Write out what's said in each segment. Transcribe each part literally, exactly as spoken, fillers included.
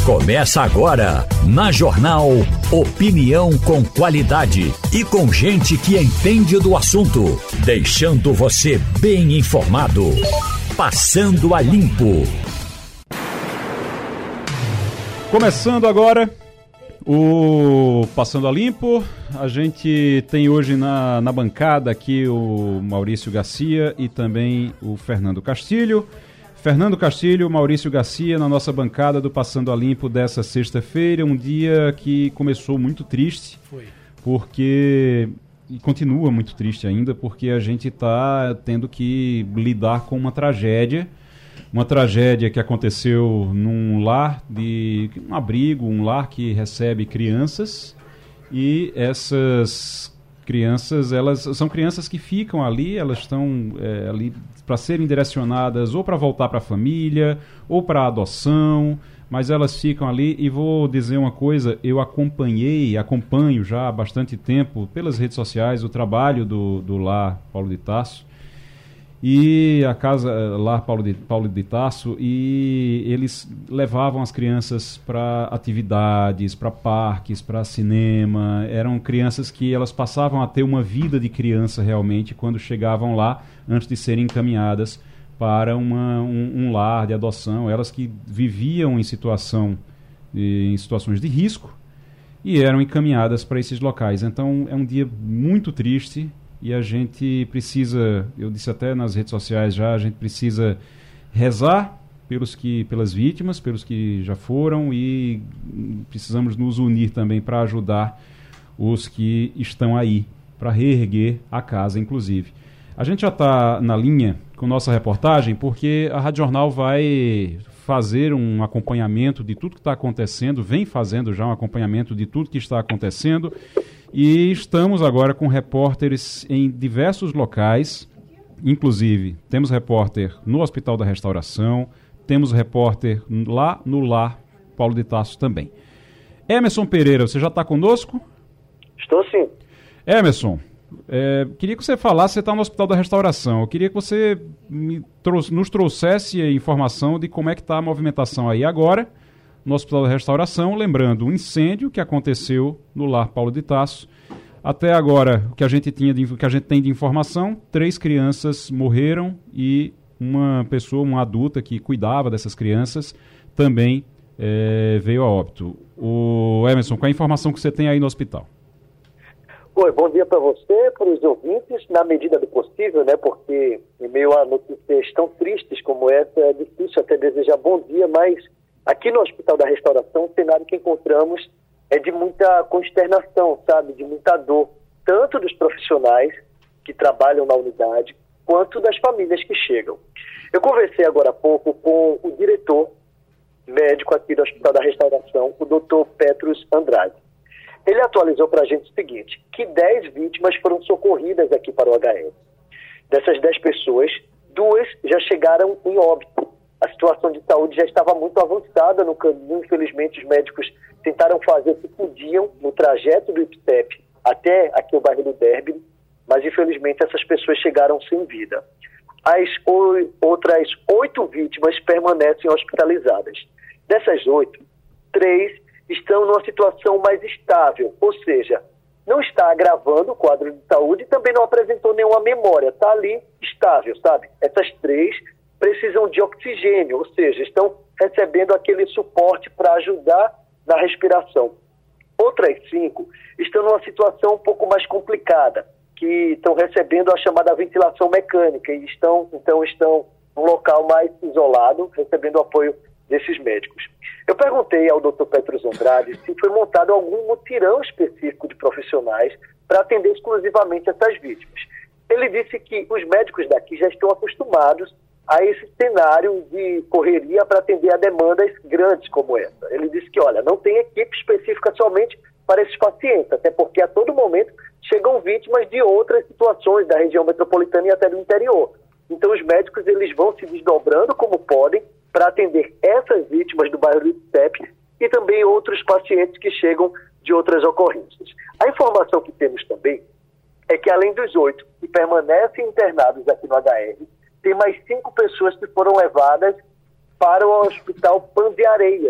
Começa agora, na Jornal Opinião com qualidade e com gente que entende do assunto, deixando você bem informado. Passando a Limpo. Começando agora o Passando a Limpo. A gente tem hoje na, na bancada aqui o Maurício Garcia e também o Fernando Castilho. Fernando Castilho, Maurício Garcia na nossa bancada do Passando a Limpo dessa sexta-feira, um dia que começou muito triste. Foi. Porque, e continua muito triste ainda, porque a gente está tendo que lidar com uma tragédia, uma tragédia que aconteceu num lar, de um abrigo, um lar que recebe crianças, e essas crianças, elas são crianças que ficam ali, elas estão é, ali para serem direcionadas ou para voltar para a família, ou para adoção, mas elas ficam ali. E vou dizer uma coisa, eu acompanhei, acompanho já há bastante tempo pelas redes sociais o trabalho do, do Lar Paulo de Tarso, e a casa Lar Paulo de, Paulo de Tarso, e eles levavam as crianças para atividades, para parques, para cinema. Eram crianças que elas passavam a ter uma vida de criança realmente quando chegavam lá, antes de serem encaminhadas para uma, um, um lar de adoção. Elas que viviam em, situação, em situações de risco e eram encaminhadas para esses locais. Então é um dia muito triste. E a gente precisa, eu disse até nas redes sociais já, a gente precisa rezar pelos que, pelas vítimas, pelos que já foram, e precisamos nos unir também para ajudar os que estão aí, para reerguer a casa, inclusive. A gente já está na linha com nossa reportagem, porque a Rádio Jornal vai fazer um acompanhamento de tudo que está acontecendo, vem fazendo já um acompanhamento de tudo que está acontecendo. E estamos agora com repórteres em diversos locais, inclusive temos repórter no Hospital da Restauração, temos repórter lá no Lar Paulo de Tarso também. Emerson Pereira, você já está conosco? Estou sim. Emerson, é, queria que você falasse, você está no Hospital da Restauração, eu queria que você me trouxe, nos trouxesse a informação de como é que está a movimentação aí agora, no Hospital da Restauração, lembrando o incêndio que aconteceu no Lar Paulo de Tarso. Até agora, o que a gente tinha de, o que a gente tem de informação, três crianças morreram e uma pessoa, uma adulta que cuidava dessas crianças, também é, veio a óbito. O Emerson, qual é a informação que você tem aí no hospital? Oi, bom dia para você, para os ouvintes, na medida do possível, né? Porque em meio a notícias tão tristes como essa, é difícil até desejar bom dia, mas aqui no Hospital da Restauração, o cenário que encontramos é de muita consternação, sabe? De muita dor, tanto dos profissionais que trabalham na unidade, quanto das famílias que chegam. Eu conversei agora há pouco com o diretor médico aqui do Hospital da Restauração, o doutor Petrus Andrade. Ele atualizou para a gente o seguinte, que dez vítimas foram socorridas aqui para o H S. Dessas dez pessoas, duas já chegaram em óbito. A situação de saúde já estava muito avançada no caminho. Infelizmente, os médicos tentaram fazer o que podiam no trajeto do I P S E P até aqui o bairro do Derby, mas infelizmente essas pessoas chegaram sem vida. As o, outras oito vítimas permanecem hospitalizadas. Dessas oito, três estão numa situação mais estável, ou seja, não está agravando o quadro de saúde e também não apresentou nenhuma memória, está ali estável, sabe? Essas três precisam de oxigênio, ou seja, estão recebendo aquele suporte para ajudar na respiração. Outras cinco estão numa situação um pouco mais complicada, que estão recebendo a chamada ventilação mecânica e estão, então estão num local mais isolado, recebendo o apoio desses médicos. Eu perguntei ao doutor Petrus Andrade se foi montado algum mutirão específico de profissionais para atender exclusivamente essas vítimas. Ele disse que os médicos daqui já estão acostumados a esse cenário de correria para atender a demandas grandes como essa. Ele disse que, olha, não tem equipe específica somente para esses pacientes, até porque a todo momento chegam vítimas de outras situações da região metropolitana e até do interior. Então os médicos eles vão se desdobrando como podem para atender essas vítimas do bairro do I P S E P e também outros pacientes que chegam de outras ocorrências. A informação que temos também é que além dos oito que permanecem internados aqui no H R, tem mais cinco pessoas que foram levadas para o Hospital Pan de Areias,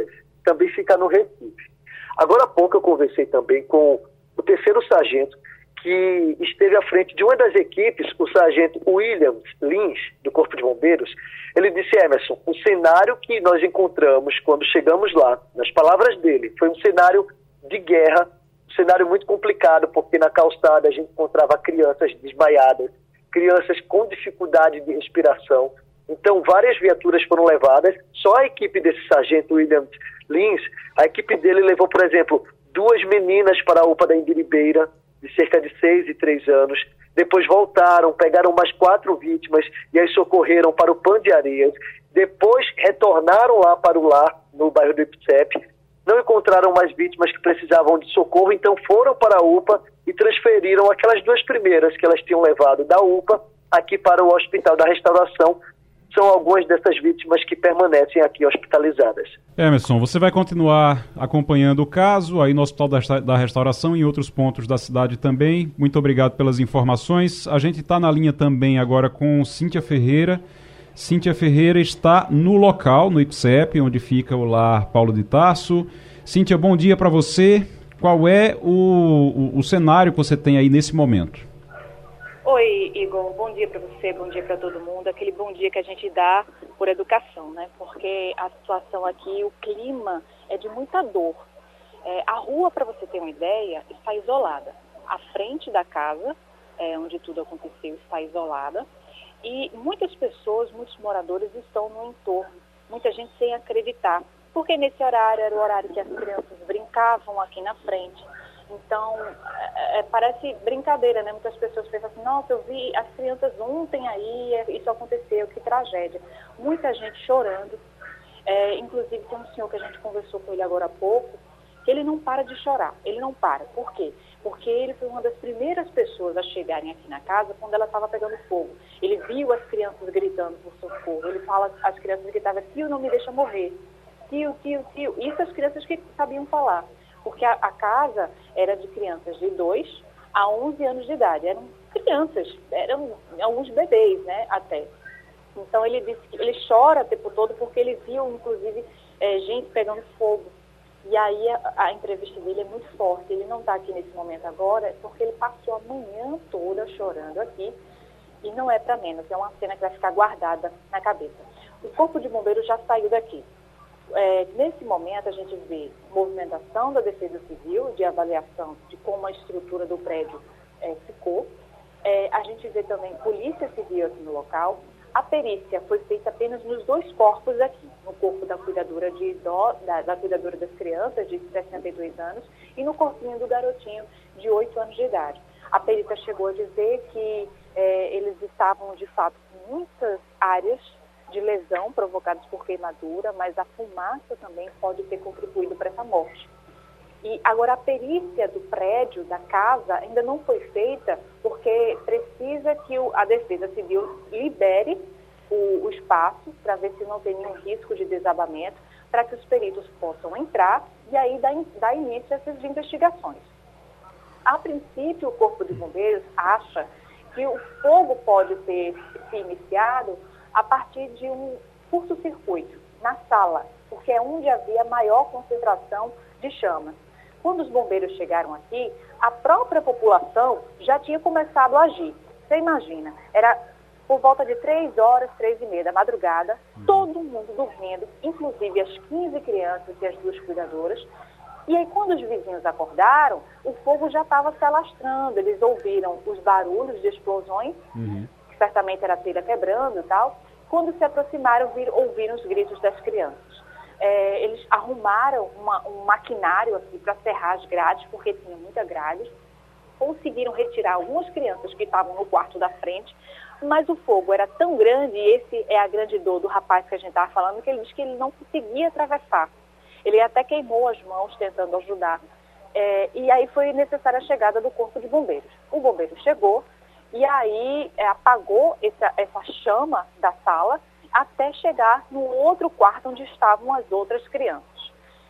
também fica no Recife. Agora há pouco eu conversei também com o terceiro sargento, que esteve à frente de uma das equipes, o sargento Williams Lins, do Corpo de Bombeiros. Ele disse: Emerson, o cenário que nós encontramos quando chegamos lá, nas palavras dele, foi um cenário de guerra, um cenário muito complicado, porque na calçada a gente encontrava crianças desmaiadas, crianças com dificuldade de respiração. Então, várias viaturas foram levadas. Só a equipe desse sargento Williams Lins, a equipe dele levou, por exemplo, duas meninas para a U P A da Imbiribeira, de cerca de seis e três anos. Depois voltaram, pegaram mais quatro vítimas e aí socorreram para o Pan de Areias. Depois retornaram lá para o lar, no bairro do Ipsep. Não encontraram mais vítimas que precisavam de socorro, então foram para a U P A e transferiram aquelas duas primeiras que elas tinham levado da U P A aqui para o Hospital da Restauração. São algumas dessas vítimas que permanecem aqui hospitalizadas. Emerson, você vai continuar acompanhando o caso aí no Hospital da Restauração e em outros pontos da cidade também. Muito obrigado pelas informações. A gente está na linha também agora com Cíntia Ferreira. Cíntia Ferreira está no local, no Ipsep, onde fica o lar Paulo de Tarso. Cíntia, bom dia para você. Qual é o, o, o cenário que você tem aí nesse momento? Oi, Igor, bom dia para você, bom dia para todo mundo, aquele bom dia que a gente dá por educação, né? Porque a situação aqui, o clima é de muita dor. É, a rua, para você ter uma ideia, está isolada. A frente da casa, é, onde tudo aconteceu, está isolada. E muitas pessoas, muitos moradores estão no entorno, muita gente sem acreditar. Porque nesse horário era o horário que as crianças brincavam aqui na frente. Então, é, é, parece brincadeira, né? Muitas pessoas pensam assim: nossa, eu vi as crianças ontem aí, isso aconteceu, que tragédia. Muita gente chorando. É, inclusive, tem um senhor que a gente conversou com ele agora há pouco, que ele não para de chorar. Ele não para. Por quê? Porque ele foi uma das primeiras pessoas a chegarem aqui na casa quando ela estava pegando fogo. Ele viu as crianças gritando por socorro. Ele fala, as crianças gritavam: tio, não me deixa morrer. Tio, tio, tio. Isso as crianças que sabiam falar. Porque a, a casa era de crianças de dois a onze anos de idade. Eram crianças, eram alguns bebês, né, até. Então ele disse que ele chora o tempo todo porque ele viu, inclusive, é, gente pegando fogo. E aí a, a entrevista dele é muito forte. Ele não está aqui nesse momento agora porque ele passou a manhã toda chorando aqui. E não é para menos, é uma cena que vai ficar guardada na cabeça. O Corpo de Bombeiros já saiu daqui. É, nesse momento a gente vê movimentação da Defesa Civil, de avaliação de como a estrutura do prédio é, ficou. É, a gente vê também Polícia Civil aqui no local. A perícia foi feita apenas nos dois corpos aqui, no corpo da cuidadora, de idó, da, da cuidadora das crianças, de sessenta e dois anos, e no corpinho do garotinho, de oito anos de idade. A perícia chegou a dizer que é, eles estavam, de fato, com muitas áreas de lesão provocadas por queimadura, mas a fumaça também pode ter contribuído para essa morte. E agora a perícia do prédio, da casa, ainda não foi feita porque precisa que o, a Defesa Civil libere o, o espaço para ver se não tem nenhum risco de desabamento, para que os peritos possam entrar e aí dar, dar início a essas investigações. A princípio, o Corpo de Bombeiros acha que o fogo pode ter se iniciado a partir de um curto-circuito na sala, porque é onde havia maior concentração de chamas. Quando os bombeiros chegaram aqui, a própria população já tinha começado a agir. Você imagina, era por volta de três horas, três e meia da madrugada, todo mundo dormindo, inclusive as quinze crianças e as duas cuidadoras. E aí, quando os vizinhos acordaram, o fogo já estava se alastrando. Eles ouviram os barulhos de explosões, uhum. que certamente era a telha quebrando e tal. Quando se aproximaram, vir, ouviram os gritos das crianças. É, eles arrumaram uma, um maquinário aqui para serrar as grades, porque tinha muita grade. Conseguiram retirar algumas crianças que estavam no quarto da frente, mas o fogo era tão grande, e esse é a grande dor do rapaz que a gente estava falando, que ele disse que ele não conseguia atravessar. Ele até queimou as mãos tentando ajudar. É, e aí foi necessária a chegada do Corpo de Bombeiros. O bombeiro chegou e aí é, apagou essa, essa chama da sala até chegar no outro quarto onde estavam as outras crianças.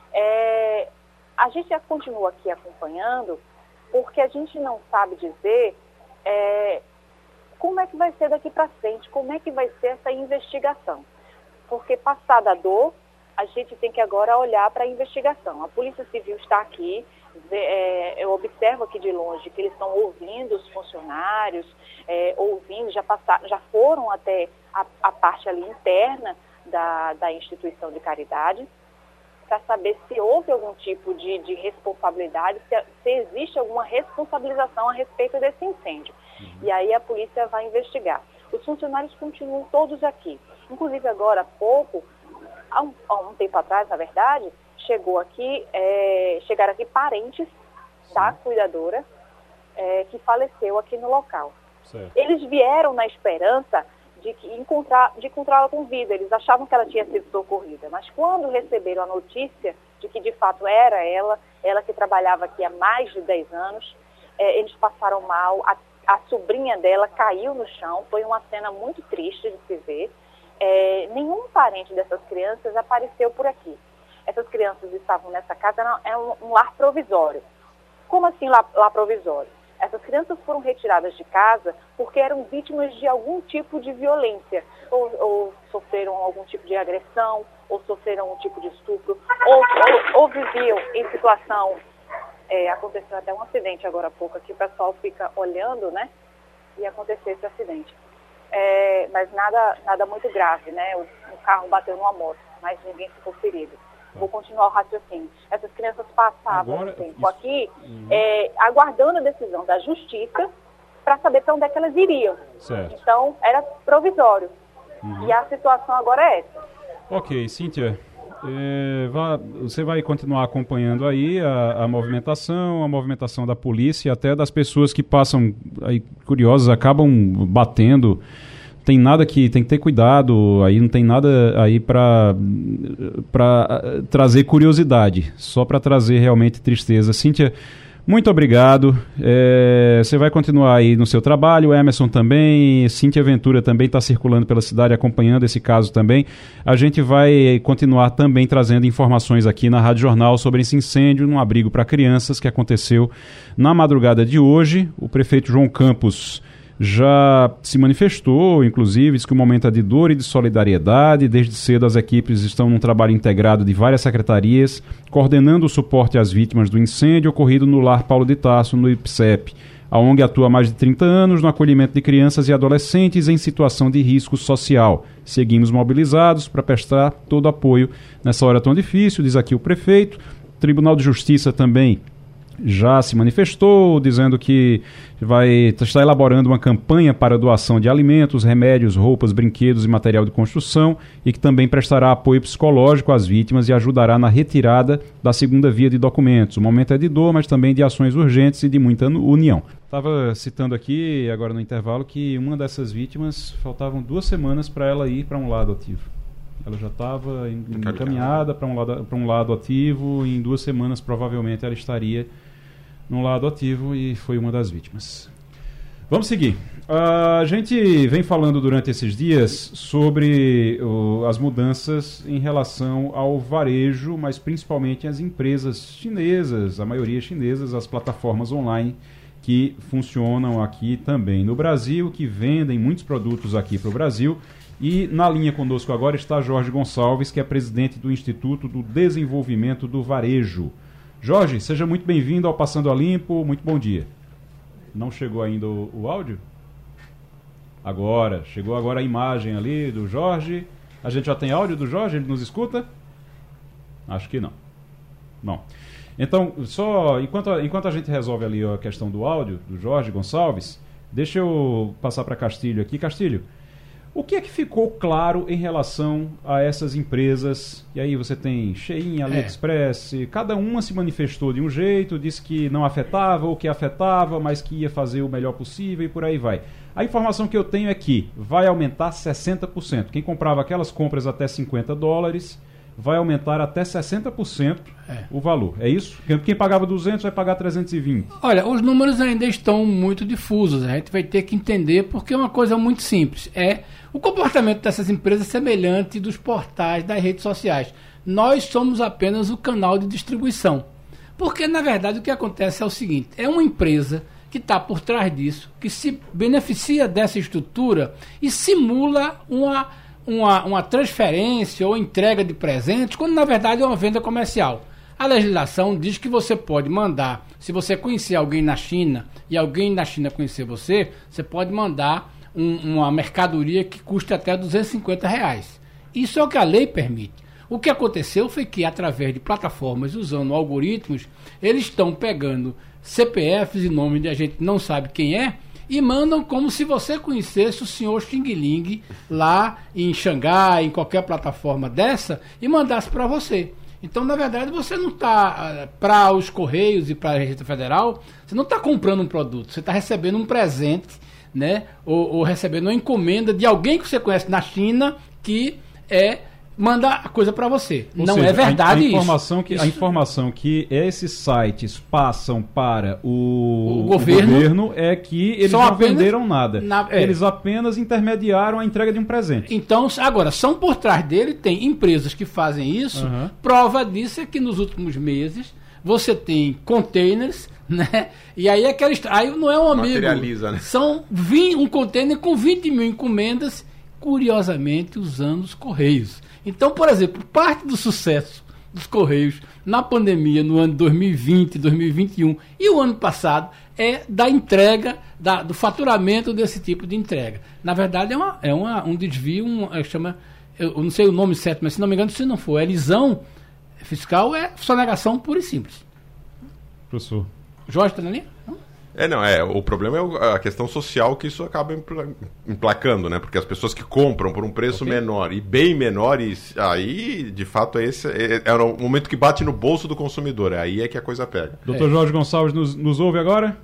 É, a gente já continua aqui acompanhando porque a gente não sabe dizer é, como é que vai ser daqui para frente, como é que vai ser essa investigação. Porque passada a dor, a gente tem que agora olhar para a investigação. A Polícia Civil está aqui, é, eu observo aqui de longe que eles estão ouvindo os funcionários, é, ouvindo, já, passaram, já foram até a, a parte ali interna da, da instituição de caridade, para saber se houve algum tipo de, de responsabilidade, se, se existe alguma responsabilização a respeito desse incêndio. Uhum. E aí a polícia vai investigar. Os funcionários continuam todos aqui. Inclusive agora há pouco, há um, há um tempo atrás, na verdade, chegou aqui, é, chegaram aqui parentes da cuidadora é, que faleceu aqui no local. Certo. Eles vieram na esperança de, que encontrar, de encontrá-la com vida. Eles achavam que ela tinha sido socorrida, mas quando receberam a notícia de que de fato era ela, ela que trabalhava aqui há mais de dez anos, é, eles passaram mal, a, a sobrinha dela caiu no chão, foi uma cena muito triste de se ver. É, nenhum parente dessas crianças apareceu por aqui. Essas crianças estavam nessa casa, é um, um lar provisório. Como assim lar, lar provisório? Essas crianças foram retiradas de casa porque eram vítimas de algum tipo de violência, ou, ou sofreram algum tipo de agressão, ou sofreram um tipo de estupro, ou, ou, ou viviam em situação... É, aconteceu até um acidente agora há pouco aqui, o pessoal fica olhando, né? E aconteceu esse acidente. É, mas nada, nada muito grave, né? O, o carro bateu numa moto, mas ninguém ficou ferido. Vou continuar o raciocínio. Essas crianças passavam Agora, um tempo isso... aqui uhum. é, aguardando a decisão da justiça para saber para onde é que elas iriam. Certo. Então, era provisório. Uhum. E a situação agora é essa. Ok, Cíntia, é, vá, você vai continuar acompanhando aí a, a movimentação, a movimentação da polícia e até das pessoas que passam aí, curiosas, acabam batendo. Tem nada que tem que ter cuidado, aí não tem nada aí para para trazer curiosidade, só para trazer realmente tristeza. Cíntia, muito obrigado. É, você vai continuar aí no seu trabalho, o Emerson também, Cíntia Ventura também está circulando pela cidade acompanhando esse caso também. A gente vai continuar também trazendo informações aqui na Rádio Jornal sobre esse incêndio num abrigo para crianças que aconteceu na madrugada de hoje. O prefeito João Campos já se manifestou, inclusive, diz que o momento é de dor e de solidariedade. Desde cedo as equipes estão num trabalho integrado de várias secretarias, coordenando o suporte às vítimas do incêndio ocorrido no Lar Paulo de Tarso, no I P S E P. A ONG atua há mais de trinta anos no acolhimento de crianças e adolescentes em situação de risco social. Seguimos mobilizados para prestar todo apoio nessa hora tão difícil, diz aqui o prefeito. O Tribunal de Justiça também já se manifestou, dizendo que vai estar elaborando uma campanha para doação de alimentos, remédios, roupas, brinquedos e material de construção e que também prestará apoio psicológico às vítimas e ajudará na retirada da segunda via de documentos. O momento é de dor, mas também de ações urgentes e de muita união. Estava citando aqui, agora no intervalo, que uma dessas vítimas faltavam duas semanas para ela ir para um lado ativo. Ela já estava encaminhada para um lado, para um lado ativo e em duas semanas provavelmente ela estaria num lado ativo e foi uma das vítimas. Vamos seguir. Uh, a gente vem falando durante esses dias sobre uh, as mudanças em relação ao varejo, mas principalmente as empresas chinesas, a maioria chinesas, as plataformas online que funcionam aqui também no Brasil, que vendem muitos produtos aqui para o Brasil. E na linha conosco agora está Jorge Gonçalves, que é presidente do Instituto do Desenvolvimento do Varejo. Jorge, seja muito bem-vindo ao Passando a Limpo, muito bom dia. Não chegou ainda o, o áudio? Agora, chegou agora a imagem ali do Jorge. A gente já tem áudio do Jorge? Ele nos escuta? Acho que não. Não. Então, só enquanto, enquanto a gente resolve ali a questão do áudio do Jorge Gonçalves, deixa eu passar para Castilho aqui. Castilho, o que é que ficou claro em relação a essas empresas? E aí você tem Shein, AliExpress, é. cada uma se manifestou de um jeito, disse que não afetava ou que afetava, mas que ia fazer o melhor possível e por aí vai. A informação que eu tenho é que vai aumentar sessenta por cento. Quem comprava aquelas compras até cinquenta dólares vai aumentar até sessenta por cento é. o valor. É isso? Quem pagava duzentos vai pagar trezentos e vinte. Olha, os números ainda estão muito difusos. A gente vai ter que entender porque é uma coisa muito simples. É o comportamento dessas empresas semelhante dos portais, das redes sociais. Nós somos apenas o canal de distribuição. Porque, na verdade, o que acontece é o seguinte. É uma empresa que está por trás disso, que se beneficia dessa estrutura e simula uma... uma, uma transferência ou entrega de presentes, quando na verdade é uma venda comercial. A legislação diz que você pode mandar, se você conhecer alguém na China e alguém na China conhecer você, você pode mandar um, uma mercadoria que custe até duzentos e cinquenta reais. Isso é o que a lei permite. O que aconteceu foi que, através de plataformas usando algoritmos, eles estão pegando C P Fs e nomes de a gente não sabe quem é e mandam como se você conhecesse o senhor Xing Ling lá em Xangai, em qualquer plataforma dessa, e mandasse para você. Então, na verdade, você não está, para os Correios e para a Receita Federal, você não está comprando um produto, você está recebendo um presente, né? Ou, ou recebendo uma encomenda de alguém que você conhece na China que é, manda a coisa para você. Ou não seja, é verdade a, a informação isso. Que, isso. A informação que esses sites passam para o, o, governo, o governo é que eles não apenas, venderam nada. Na, é. Eles apenas intermediaram a entrega de um presente. Então, agora, são por trás dele, tem empresas que fazem isso. Uhum. Prova disso é que nos últimos meses você tem containers, né? E aí aquela aí não é um amigo. Materializa, né? São vinte, um container com vinte mil encomendas, curiosamente usando os Correios. Então, por exemplo, parte do sucesso dos Correios na pandemia, no ano dois mil e vinte, dois mil e vinte e um e o ano passado, é da entrega, da, do faturamento desse tipo de entrega. Na verdade, é, uma, é uma, um desvio, um, é, chama, eu não sei o nome certo, mas se não me engano, se não for elisão fiscal, é sonegação pura e simples. Professor. Jorge, está na linha? Não? É, não, é, o problema é a questão social que isso acaba emplacando, né? Porque as pessoas que compram por um preço okay. menor e bem menor, e aí, de fato, esse é, é o momento que bate no bolso do consumidor. Aí é que a coisa pega. Doutor É. Jorge Gonçalves nos, nos ouve agora?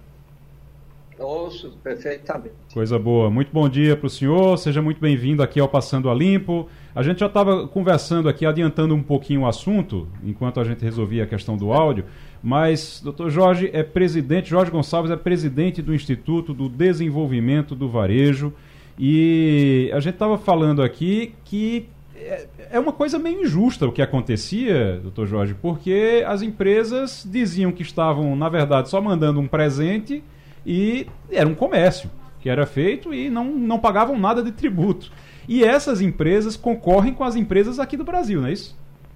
Ouço perfeitamente. Coisa boa. Muito bom dia para o senhor. Seja muito bem-vindo aqui ao Passando a Limpo. A gente já estava conversando aqui, adiantando um pouquinho o assunto, enquanto a gente resolvia a questão do áudio, mas doutor Jorge é presidente, Jorge Gonçalves é presidente do Instituto do Desenvolvimento do Varejo, e a gente estava falando aqui que é uma coisa meio injusta o que acontecia, doutor Jorge, porque as empresas diziam que estavam, na verdade, só mandando um presente e era um comércio que era feito e não, não pagavam nada de tributo. E essas empresas concorrem com as empresas aqui do Brasil, não é isso?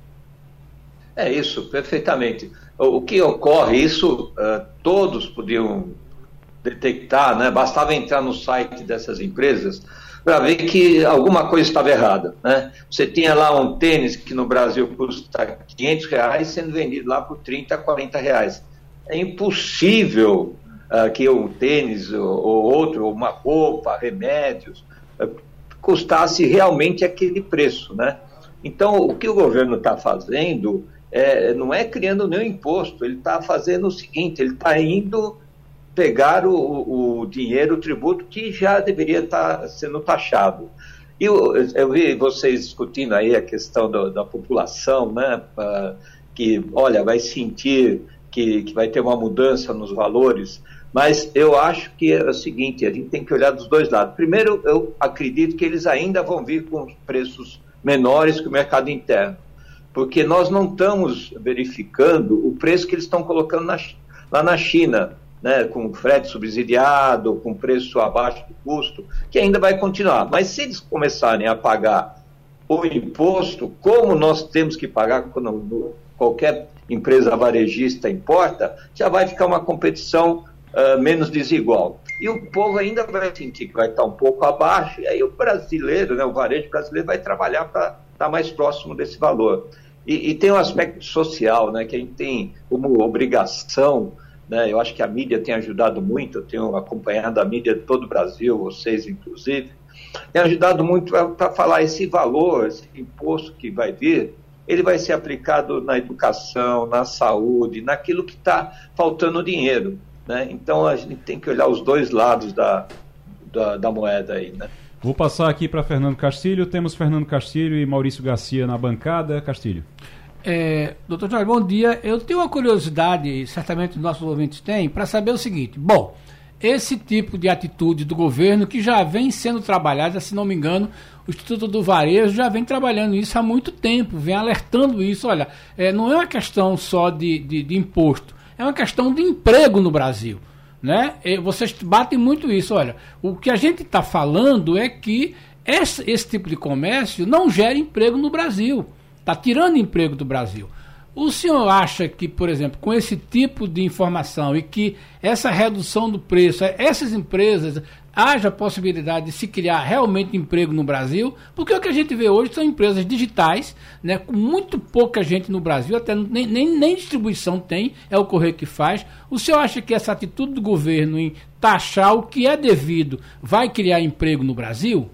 É isso, perfeitamente. O, o que ocorre, isso uh, todos podiam detectar, né? Bastava entrar no site dessas empresas para ver que alguma coisa estava errada, né? Você tinha lá um tênis que no Brasil custa quinhentos reais sendo vendido lá por trinta, quarenta reais. É impossível uh, que um tênis ou, ou outro, uma roupa, remédios, uh, custasse realmente aquele preço, né? Então, o que o governo está fazendo é, não é criando nenhum imposto, ele está fazendo o seguinte, ele está indo pegar o, o dinheiro, o tributo que já deveria estar tá sendo taxado. E eu, eu vi vocês discutindo aí a questão do, da população, né? Uh, que, olha, vai sentir que, que vai ter uma mudança nos valores. Mas eu acho que é o seguinte, a gente tem que olhar dos dois lados. Primeiro, eu acredito que eles ainda vão vir com preços menores que o mercado interno, porque nós não estamos verificando o preço que eles estão colocando na, lá na China, né, com frete subsidiado, com preço abaixo do custo, que ainda vai continuar. Mas se eles começarem a pagar o imposto, como nós temos que pagar quando qualquer empresa varejista importa, já vai ficar uma competição Uh, menos desigual. E o povo ainda vai sentir que vai estar um pouco abaixo, e aí o brasileiro, né, o varejo brasileiro vai trabalhar para estar mais próximo desse valor. E, e tem um aspecto social, né, que a gente tem como obrigação, né, eu acho que a mídia tem ajudado muito, eu tenho acompanhado a mídia de todo o Brasil, vocês inclusive, tem ajudado muito para falar esse valor, esse imposto que vai vir, ele vai ser aplicado na educação, na saúde, naquilo que está faltando dinheiro. Né? Então a gente tem que olhar os dois lados da, da, da moeda aí, né? Vou passar aqui para Fernando Castilho. Temos Fernando Castilho e Maurício Garcia na bancada. Castilho. É, doutor Jorge, bom dia. Eu tenho uma curiosidade, e certamente os nossos ouvintes têm, para saber o seguinte. Bom, esse tipo de atitude do governo que já vem sendo trabalhada, se não me engano, o Instituto do Varejo já vem trabalhando isso há muito tempo, vem alertando isso. Olha, é, não é uma questão só de, de, de imposto, é uma questão de emprego no Brasil, né? E vocês batem muito isso. Olha, o que a gente está falando é que esse, esse tipo de comércio não gera emprego no Brasil, está tirando emprego do Brasil. O senhor acha que, por exemplo, com esse tipo de informação e que essa redução do preço, essas empresas, haja possibilidade de se criar realmente emprego no Brasil? Porque o que a gente vê hoje são empresas digitais, né, com muito pouca gente no Brasil, até nem, nem, nem distribuição tem, é o correio que faz. O senhor acha que essa atitude do governo em taxar o que é devido vai criar emprego no Brasil?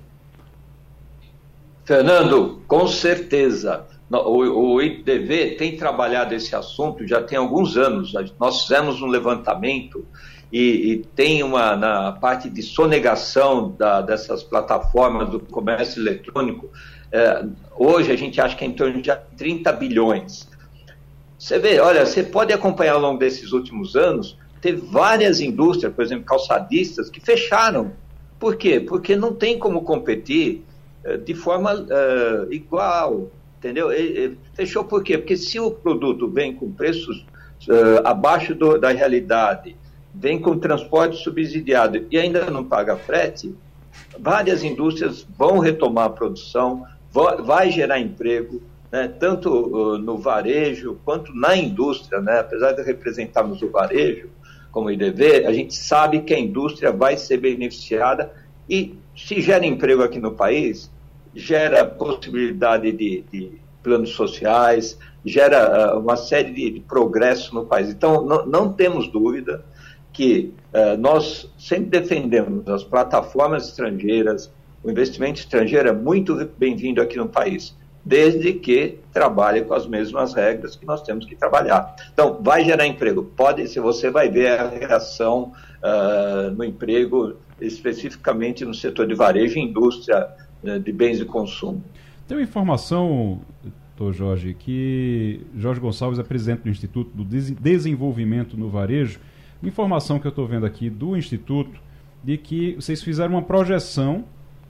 Fernando, com certeza. O, o I D V tem trabalhado esse assunto já tem alguns anos. Nós fizemos um levantamento e, e tem uma, na parte de sonegação da, dessas plataformas do comércio eletrônico, é, hoje a gente acha que é em torno de trinta bilhões. Você vê, olha, você pode acompanhar ao longo desses últimos anos, teve várias indústrias, por exemplo, calçadistas, que fecharam. Por quê? Porque não tem como competir é, de forma é, igual. Entendeu? Ele, ele fechou por quê? Porque se o produto vem com preços uh, abaixo do, da realidade, vem com transporte subsidiado e ainda não paga frete, várias indústrias vão retomar a produção, vai, vai gerar emprego, né, tanto uh, no varejo quanto na indústria, né? Apesar de representarmos o varejo como I D V, a gente sabe que a indústria vai ser beneficiada e se gera emprego aqui no país, gera possibilidade de, de planos sociais, gera uh, uma série de, de progresso no país. Então, não, não temos dúvida que uh, nós sempre defendemos as plataformas estrangeiras, o investimento estrangeiro é muito bem-vindo aqui no país, desde que trabalhe com as mesmas regras que nós temos que trabalhar. Então, vai gerar emprego. Pode, se você vai ver a reação uh, no emprego, especificamente no setor de varejo e indústria, de bens de consumo. Tem uma informação, doutor Jorge, que Jorge Gonçalves é presidente do Instituto do Desenvolvimento no Varejo. Uma informação que eu estou vendo aqui do Instituto, de que vocês fizeram uma projeção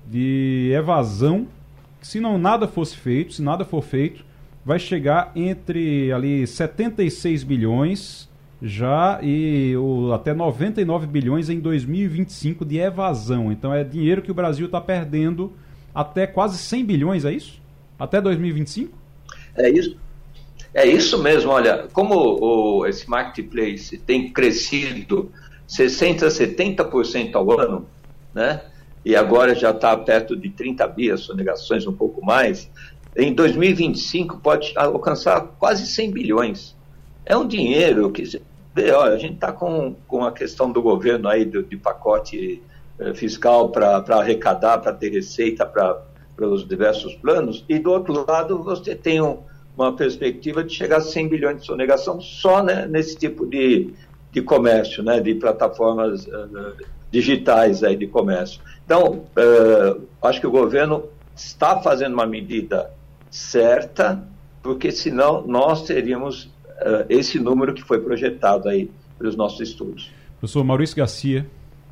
de evasão, que se não nada fosse feito, se nada for feito, vai chegar entre ali setenta e seis bilhões já e o, até noventa e nove bilhões em dois mil e vinte e cinco de evasão. Então é dinheiro que o Brasil está perdendo até quase cem bilhões, é isso? Até dois mil e vinte e cinco? É isso. É isso mesmo, olha, como o, esse marketplace tem crescido sessenta por cento, setenta por cento ao ano, né? E agora já está perto de trinta bi, as sonegações um pouco mais, em dois mil e vinte e cinco pode alcançar quase cem bilhões. É um dinheiro que, olha, a gente está com, com a questão do governo aí, do, de pacote fiscal para arrecadar, para ter receita para os diversos planos, e do outro lado você tem um, uma perspectiva de chegar a cem bilhões de sonegação só, né, nesse tipo de, de comércio, né, de plataformas uh, digitais aí de comércio. Então, uh, acho que o governo está fazendo uma medida certa, porque senão nós teríamos uh, esse número que foi projetado aí pelos nossos estudos. Professor Maurício Garcia.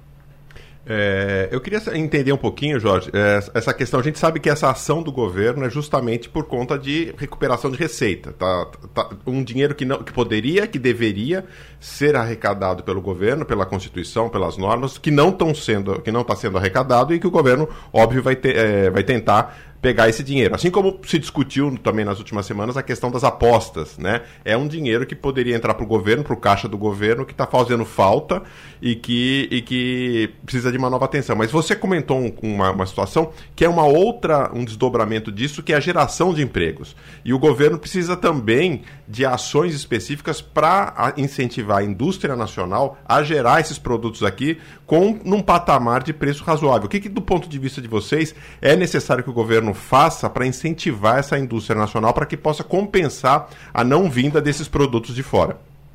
É, eu queria entender um pouquinho, Jorge, é, essa questão. A gente sabe que essa ação do governo é justamente por conta de recuperação de receita. Tá, tá, um dinheiro que, não, que poderia, que deveria ser arrecadado pelo governo, pela Constituição, pelas normas, que não estão sendo, que não está sendo arrecadado e que o governo, óbvio, vai, ter, é, vai tentar pegar esse dinheiro. Assim como se discutiu também nas últimas semanas a questão das apostas, né? É um dinheiro que poderia entrar para o governo, para o caixa do governo, que está fazendo falta e que, e que precisa de uma nova atenção. Mas você comentou um, uma, uma situação que é uma outra, um desdobramento disso, que é a geração de empregos. E o governo precisa também de ações específicas para incentivar a indústria nacional a gerar esses produtos aqui com num patamar de preço razoável. O que, que do ponto de vista de vocês, é necessário que o governo faça para incentivar essa indústria nacional para que possa compensar a não vinda desses produtos de fora?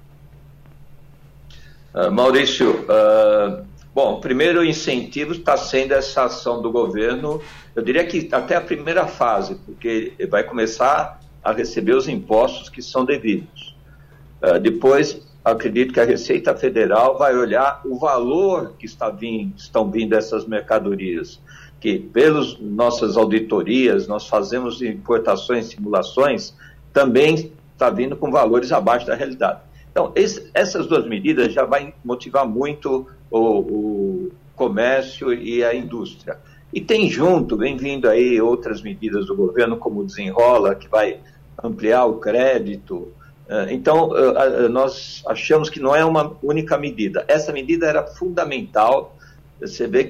Uh, Maurício, uh, bom, o primeiro incentivo está sendo essa ação do governo, eu diria que até a primeira fase, porque vai começar a receber os impostos que são devidos. Uh, depois, acredito que a Receita Federal vai olhar o valor que está vindo, estão vindo essas mercadorias, que pelas nossas auditorias, nós fazemos importações, simulações, também está vindo com valores abaixo da realidade. Então, esse, essas duas medidas já vai motivar muito o, o comércio e a indústria. E tem junto, vem vindo aí outras medidas do governo, como o Desenrola, que vai ampliar o crédito. Então, nós achamos que não é uma única medida. Essa medida era fundamental. Você vê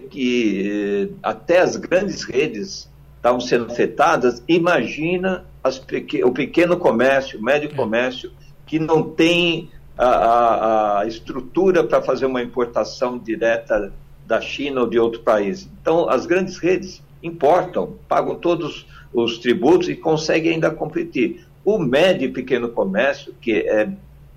que até as grandes redes estavam sendo afetadas. Imagina as pequ... o pequeno comércio, o médio comércio, que não tem a, a, a estrutura para fazer uma importação direta da China ou de outro país. Então, as grandes redes importam, pagam todos os tributos e conseguem ainda competir. O médio e pequeno comércio, que é,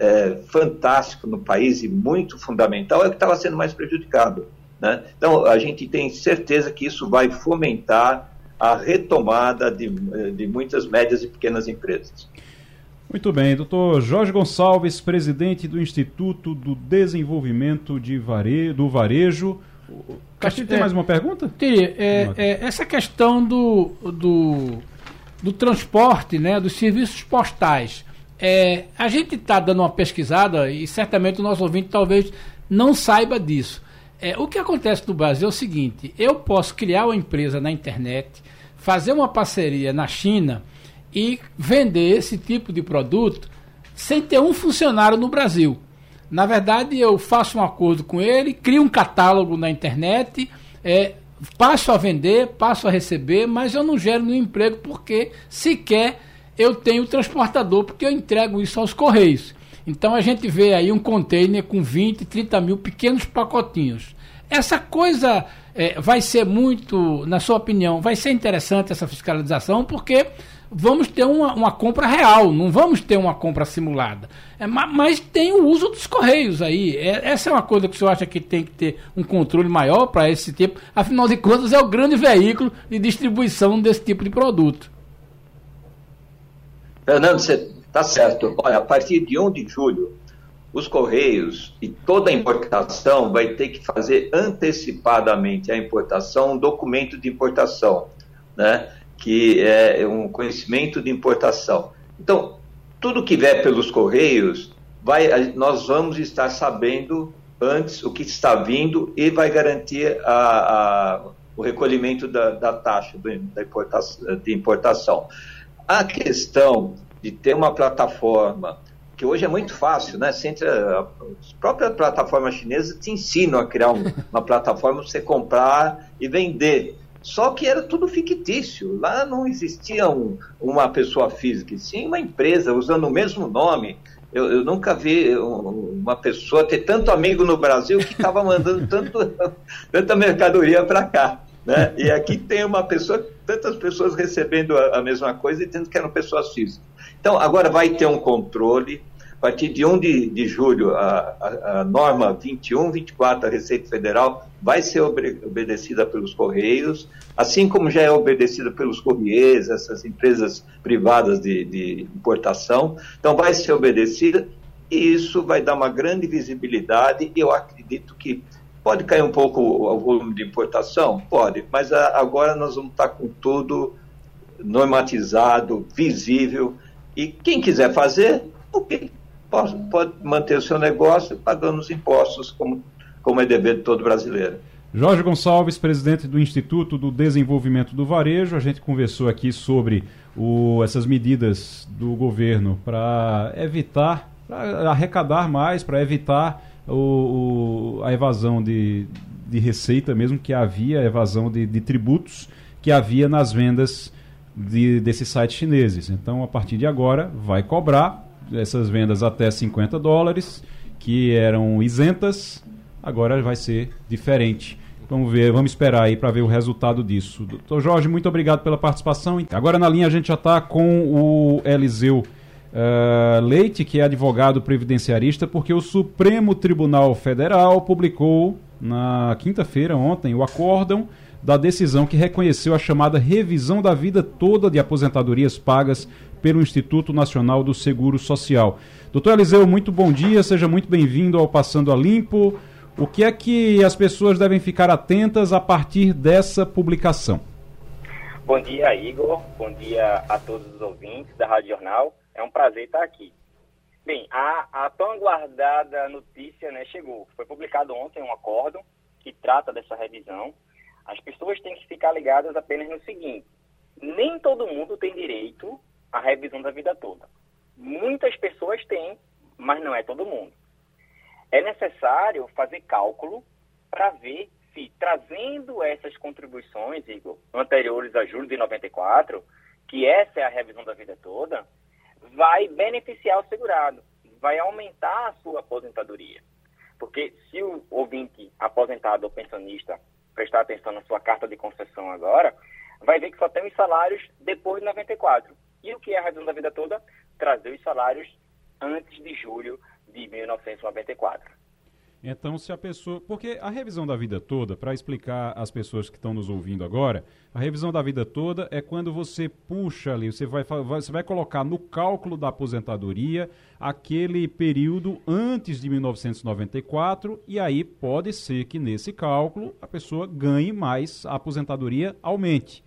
é fantástico no país e muito fundamental, é o que estava sendo mais prejudicado, né? Então, a gente tem certeza que isso vai fomentar a retomada de, de muitas médias e pequenas empresas. Muito bem, doutor Jorge Gonçalves, presidente do Instituto do Desenvolvimento de Vare... do Varejo. Castilho, tem é, mais uma pergunta? Teria. É, é, essa questão do... do... do transporte, né, dos serviços postais. É, a gente está dando uma pesquisada e certamente o nosso ouvinte talvez não saiba disso. É, o que acontece no Brasil é o seguinte: eu posso criar uma empresa na internet, fazer uma parceria na China e vender esse tipo de produto sem ter um funcionário no Brasil. Na verdade, eu faço um acordo com ele, crio um catálogo na internet, é, passo a vender, passo a receber, mas eu não gero nenhum emprego porque sequer eu tenho transportador, porque eu entrego isso aos Correios. Então a gente vê aí um container com vinte, trinta mil pequenos pacotinhos. Essa coisa é, vai ser muito, na sua opinião, vai ser interessante essa fiscalização, porque vamos ter uma, uma compra real, não vamos ter uma compra simulada. É, mas, mas tem o uso dos Correios aí. É, essa é uma coisa que o senhor acha que tem que ter um controle maior para esse tipo? Afinal de contas, é o grande veículo de distribuição desse tipo de produto. Fernando, você está certo. Olha, a partir de primeiro de julho, os Correios e toda a importação vai ter que fazer antecipadamente a importação, um documento de importação, né? Que é um conhecimento de importação. Então, tudo que vier pelos Correios, vai, nós vamos estar sabendo antes o que está vindo e vai garantir a, a, o recolhimento da, da taxa do, da importação, de importação. A questão de ter uma plataforma, que hoje é muito fácil, né? Você entra, as próprias plataformas chinesas te ensinam a criar um, uma plataforma para você comprar e vender. Só que era tudo fictício. Lá não existia um, uma pessoa física, sim uma empresa usando o mesmo nome. Eu, eu nunca vi uma pessoa ter tanto amigo no Brasil que estava mandando tanto, tanta mercadoria para cá, né? E aqui tem uma pessoa, tantas pessoas recebendo a, a mesma coisa e dizendo que eram pessoas físicas. Então, agora vai ter um controle. A partir de primeiro de julho, a, a, a norma vinte e um, vinte e quatro da Receita Federal vai ser obede- obedecida pelos Correios, assim como já é obedecida pelos Correios, essas empresas privadas de, de importação. Então, vai ser obedecida e isso vai dar uma grande visibilidade. Eu acredito que pode cair um pouco o volume de importação? Pode, mas a, agora nós vamos estar com tudo normatizado, visível, e quem quiser fazer, ok. Pode, pode manter o seu negócio pagando os impostos, como, como é dever de todo brasileiro. Jorge Gonçalves, presidente do Instituto do Desenvolvimento do Varejo. A gente conversou aqui sobre o, essas medidas do governo para evitar, para arrecadar mais, para evitar o, o, a evasão de, de receita, mesmo que havia evasão de, de tributos que havia nas vendas de, desses sites chineses. Então, a partir de agora, vai cobrar essas vendas até cinquenta dólares, que eram isentas, agora vai ser diferente. Vamos ver, vamos esperar aí para ver o resultado disso. doutor Jorge, muito obrigado pela participação. Agora na linha a gente já está com o Eliseu uh, Leite, que é advogado previdenciarista, porque o Supremo Tribunal Federal publicou na quinta-feira, ontem, o acórdão da decisão que reconheceu a chamada revisão da vida toda de aposentadorias pagas pelo Instituto Nacional do Seguro Social. doutor Eliseu, muito bom dia, seja muito bem-vindo ao Passando a Limpo. O que é que as pessoas devem ficar atentas a partir dessa publicação? Bom dia, Igor. Bom dia a todos os ouvintes da Rádio Jornal. É um prazer estar aqui. Bem, a, a tão aguardada notícia, né, chegou. Foi publicado ontem um acórdão que trata dessa revisão. As pessoas têm que ficar ligadas apenas no seguinte: nem todo mundo tem direito à revisão da vida toda. Muitas pessoas têm, mas não é todo mundo. É necessário fazer cálculo para ver se, trazendo essas contribuições, Igor, anteriores a julho de noventa e quatro, que essa é a revisão da vida toda, vai beneficiar o segurado, vai aumentar a sua aposentadoria. Porque se o ouvinte aposentado ou pensionista prestar atenção na sua carta de concessão agora, vai ver que só tem os salários depois de noventa e quatro. E o que é a revisão da vida toda? Trazer os salários antes de julho de mil novecentos e noventa e quatro. Então, se a pessoa... Porque a revisão da vida toda, para explicar às pessoas que estão nos ouvindo agora, a revisão da vida toda é quando você puxa ali, você vai, você vai colocar no cálculo da aposentadoria aquele período antes de mil novecentos e noventa e quatro, e aí pode ser que nesse cálculo a pessoa ganhe mais, a aposentadoria aumente.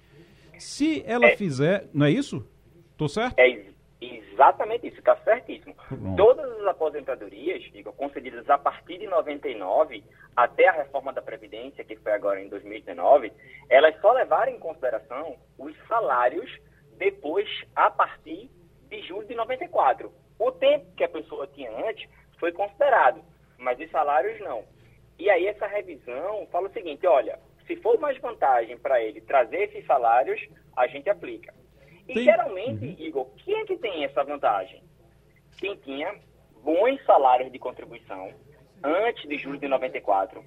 Se ela é, fizer... Não é isso? Estou certo? É exatamente isso, está certíssimo. Pronto. Todas as aposentadorias, digo, concedidas a partir de noventa e nove até a reforma da Previdência, que foi agora em dois mil e dezenove, elas só levaram em consideração os salários depois, a partir de julho de noventa e quatro. O tempo que a pessoa tinha antes foi considerado, mas os salários não. E aí essa revisão fala o seguinte: olha, se for mais vantagem para ele trazer esses salários, a gente aplica. E tem... geralmente, uhum. Igor, quem é que tem essa vantagem? Quem tinha bons salários de contribuição antes de julho de noventa e quatro.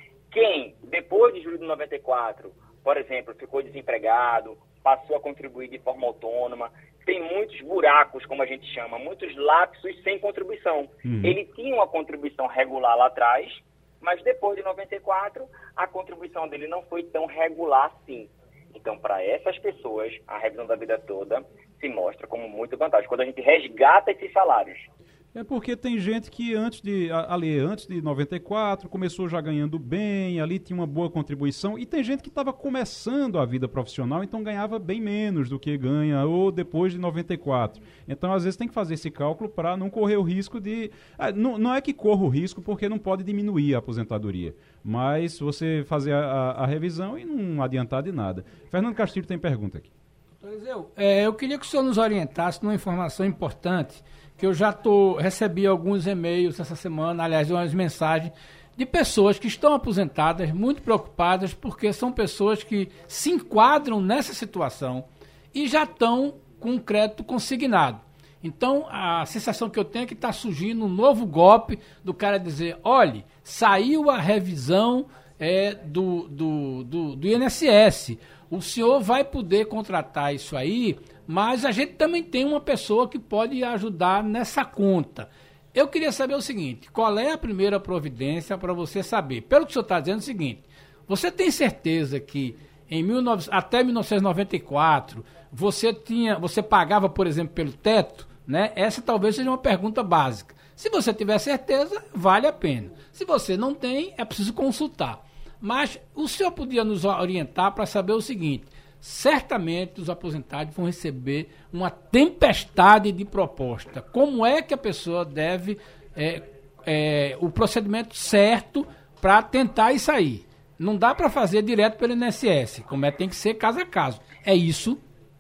Quem, depois de julho de noventa e quatro, por exemplo, ficou desempregado, passou a contribuir de forma autônoma, tem muitos buracos, como a gente chama, muitos lapsos sem contribuição. Uhum. Ele tinha uma contribuição regular lá atrás, mas depois de noventa e quatro, a contribuição dele não foi tão regular assim. Então, para essas pessoas, a revisão da vida toda se mostra como muito vantagem, quando a gente resgata esses salários. É porque tem gente que antes de, ali, antes de noventa e quatro começou já ganhando bem, ali tinha uma boa contribuição, e tem gente que estava começando a vida profissional, então ganhava bem menos do que ganha ou depois de noventa e quatro. Então, às vezes, tem que fazer esse cálculo para não correr o risco de... Ah, não, não é que corra o risco, porque não pode diminuir a aposentadoria, mas você fazer a, a, a revisão e não adiantar de nada. Fernando Castilho tem pergunta aqui. Doutor Eliseu, é, eu queria que o senhor nos orientasse numa informação importante, que eu já tô, recebi alguns e-mails essa semana, aliás, umas mensagens de pessoas que estão aposentadas, muito preocupadas, porque são pessoas que se enquadram nessa situação e já estão com crédito consignado. Então, a sensação que eu tenho é que está surgindo um novo golpe do cara dizer: olhe, saiu a revisão é, do, do, do, do I N S S, o senhor vai poder contratar isso aí, mas a gente também tem uma pessoa que pode ajudar nessa conta. Eu queria saber o seguinte: qual é a primeira providência para você saber? Pelo que o senhor está dizendo, é o seguinte: você tem certeza que em mil e novecentos, até mil novecentos e noventa e quatro você, tinha, você pagava, por exemplo, pelo teto? Né? Essa talvez seja uma pergunta básica. Se você tiver certeza, vale a pena. Se você não tem, é preciso consultar. Mas o senhor podia nos orientar para saber o seguinte: certamente os aposentados vão receber uma tempestade de proposta. Como é que a pessoa deve, é, é, o procedimento certo para tentar isso aí? Não dá para fazer direto pelo I N S S, como é, tem que ser caso a caso. É isso?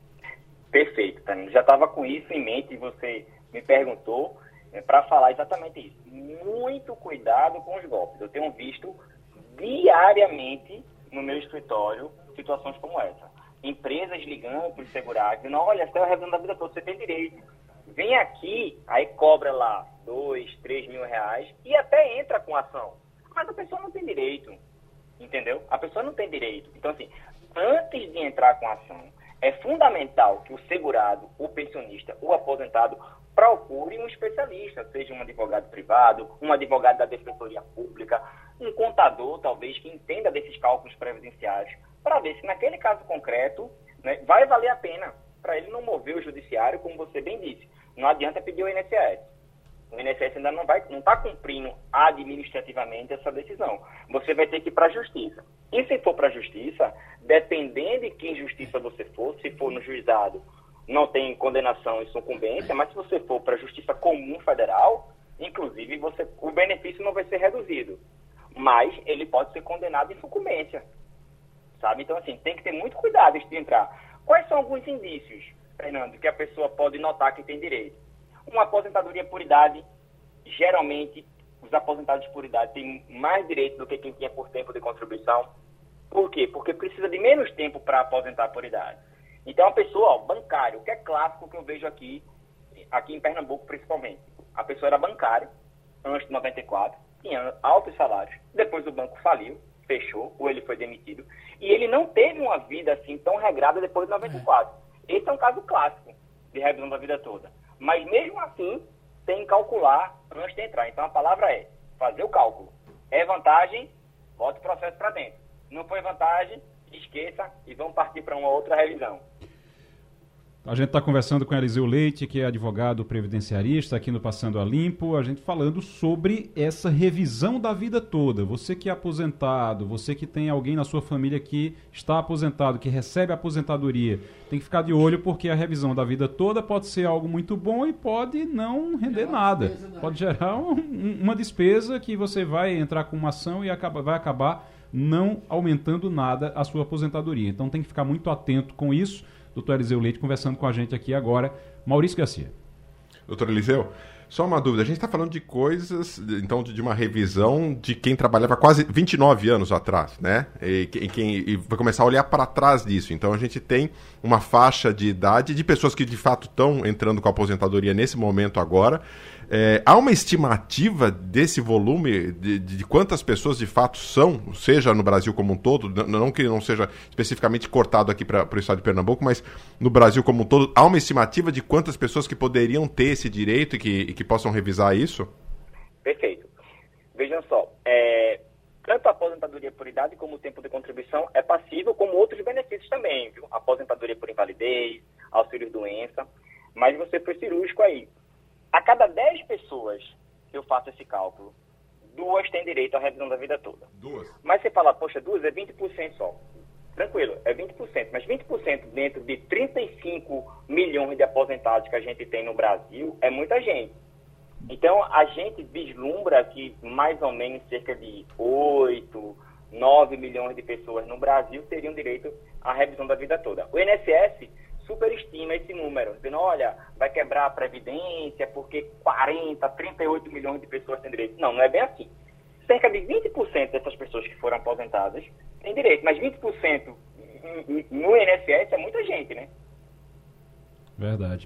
Perfeito, Tânia. Já estava com isso em mente e você me perguntou é, para falar exatamente isso. Muito cuidado com os golpes. Eu tenho visto diariamente no meu escritório situações como essa. Empresas ligando para os segurados, dizendo: olha, essa é a revisão da vida toda, você tem direito. Vem aqui, aí cobra lá dois, três mil reais e até entra com ação. Mas a pessoa não tem direito, entendeu? A pessoa não tem direito. Então, assim, antes de entrar com ação, é fundamental que o segurado, o pensionista, o aposentado procure um especialista, seja um advogado privado, um advogado da Defensoria Pública, um contador, talvez, que entenda desses cálculos previdenciários, para ver se naquele caso concreto, né, vai valer a pena para ele não mover o judiciário, como você bem disse. Não adianta pedir o I N S S. O I N S S ainda não vai, não está cumprindo administrativamente essa decisão. Você vai ter que ir para a justiça. E se for para a justiça, dependendo de que justiça você for, se for no juizado, não tem condenação e sucumbência, mas se você for para a justiça comum federal, inclusive você, o benefício não vai ser reduzido, mas ele pode ser condenado em sucumbência. sabe? Então, assim, tem que ter muito cuidado antes de entrar. Quais são alguns indícios, Fernando, que a pessoa pode notar que tem direito? Uma aposentadoria por idade, geralmente, os aposentados por idade têm mais direito do que quem tinha por tempo de contribuição. Por quê? Porque precisa de menos tempo para aposentar por idade. Então, a pessoa, ó, bancário, o que é clássico que eu vejo aqui, aqui em Pernambuco principalmente. A pessoa era bancária, antes de noventa e quatro, tinha altos salários, depois o banco faliu, fechou, ou ele foi demitido, e ele não teve uma vida assim tão regrada depois de noventa e quatro. Esse é um caso clássico de revisão da vida toda. Mas mesmo assim, tem que calcular antes de entrar. Então a palavra é fazer o cálculo. É vantagem, bota o processo para dentro. Não foi vantagem, esqueça e vamos partir para uma outra revisão. A gente está conversando com Eliseu Leite, que é advogado previdenciarista aqui no Passando a Limpo, a gente falando sobre essa revisão da vida toda. Você que é aposentado, você que tem alguém na sua família que está aposentado, que recebe aposentadoria, tem que ficar de olho porque a revisão da vida toda pode ser algo muito bom e pode não render nada. Pode gerar um, uma despesa que você vai entrar com uma ação e acaba, vai acabar não aumentando nada a sua aposentadoria. Então tem que ficar muito atento com isso. Doutor Eliseu Leite conversando com a gente aqui agora. Maurício Garcia. Doutor Eliseu, só uma dúvida. A gente está falando de coisas, então, de uma revisão de quem trabalhava quase vinte e nove anos atrás, né? E, quem, e vai começar a olhar para trás disso. Então, a gente tem uma faixa de idade de pessoas que, de fato, estão entrando com a aposentadoria nesse momento agora. É, há uma estimativa desse volume, de, de quantas pessoas de fato são, seja no Brasil como um todo, não que não seja especificamente cortado aqui para o estado de Pernambuco, mas no Brasil como um todo, há uma estimativa de quantas pessoas que poderiam ter esse direito e que, e que possam revisar isso? Perfeito. Vejam só, é, tanto a aposentadoria por idade como o tempo de contribuição é passível, como outros benefícios também, viu? Aposentadoria por invalidez, auxílio-doença, mas você foi cirúrgico aí. A cada dez pessoas que eu faço esse cálculo, duas têm direito à revisão da vida toda. Duas? Mas você fala, poxa, duas é vinte por cento só. Tranquilo, é vinte por cento. Mas vinte por cento dentro de trinta e cinco milhões de aposentados que a gente tem no Brasil é muita gente. Então, a gente vislumbra que mais ou menos cerca de oito, nove milhões de pessoas no Brasil teriam direito à revisão da vida toda. O I N S S superestima esse número, dizendo, olha, vai quebrar a Previdência porque quarenta, trinta e oito milhões de pessoas têm direito. Não, não é bem assim. Cerca de vinte por cento dessas pessoas que foram aposentadas têm direito, mas vinte por cento no I N S S é muita gente, né? Verdade.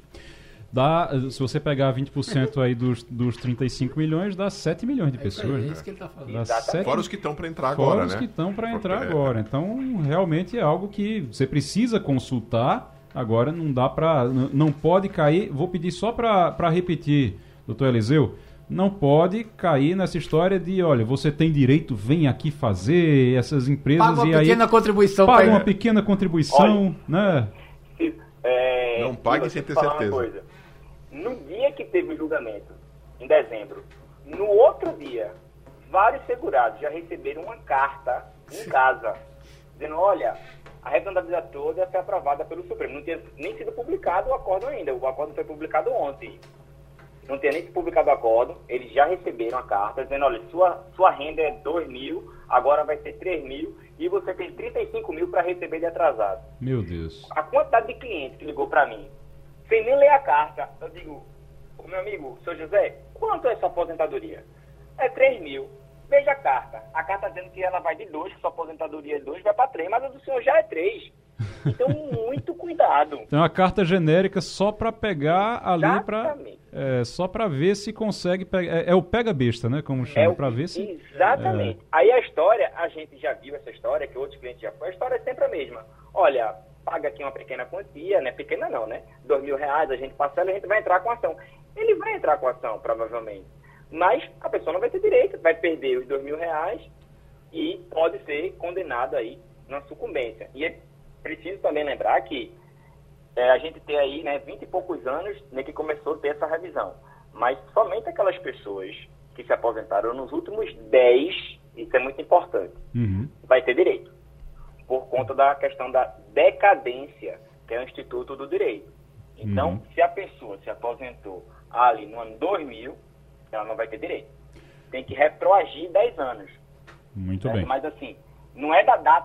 Dá, se você pegar vinte por cento aí dos, dos trinta e cinco milhões, dá sete milhões de pessoas. É isso que ele está falando. Dá sete... Fora os que estão para entrar Fora agora, os né? que estão para entrar Porque... agora. Então, realmente é algo que você precisa consultar. Agora não dá para, não pode cair, vou pedir só para repetir, doutor Eliseu, não pode cair nessa história de, olha, você tem direito, vem aqui fazer essas empresas paga uma e aí pequena contribuição paga pra... uma pequena contribuição, olha, né? Se, é, não pague sem ter certeza. Coisa. No dia que teve o julgamento, em dezembro, no outro dia, vários segurados já receberam uma carta em casa, dizendo, olha, a revisão da vida toda foi aprovada pelo Supremo. Não tinha nem sido publicado o acordo ainda. O acordo foi publicado ontem. Não tinha nem sido publicado o acordo. Eles já receberam a carta dizendo, olha, sua, sua renda é dois mil, agora vai ser três mil e você tem trinta e cinco mil para receber de atrasado. Meu Deus. A quantidade de clientes que ligou para mim, sem nem ler a carta, eu digo, meu amigo, seu José, quanto é sua aposentadoria? É três mil. Veja a carta. A carta dizendo que ela vai de dois, que sua aposentadoria é dois, vai para três, mas a do senhor já é três. Então, muito cuidado. Tem uma carta genérica só para pegar ali, para é, só para ver se consegue pegar. É, é o pega besta, né? Como chama, é para ver se. Exatamente. É... Aí a história, a gente já viu essa história, que outros clientes já foram, a história é sempre a mesma. Olha, paga aqui uma pequena quantia, né? Pequena não, né? Dois mil reais, a gente parcela, a gente vai entrar com ação. Ele vai entrar com ação, provavelmente. Mas a pessoa não vai ter direito, vai perder os dois mil reais e pode ser condenado aí na sucumbência. E é preciso também lembrar que é, a gente tem aí, né, vinte e poucos anos, né, que começou a ter essa revisão. Mas somente aquelas pessoas que se aposentaram nos últimos dez, isso é muito importante, uhum. vai ter direito. Por conta da questão da decadência, que é o Instituto do Direito. Então, uhum. se a pessoa se aposentou ali no ano dois mil, ela não vai ter direito. Tem que retroagir dez anos. Muito né? bem. Mas assim, não é da data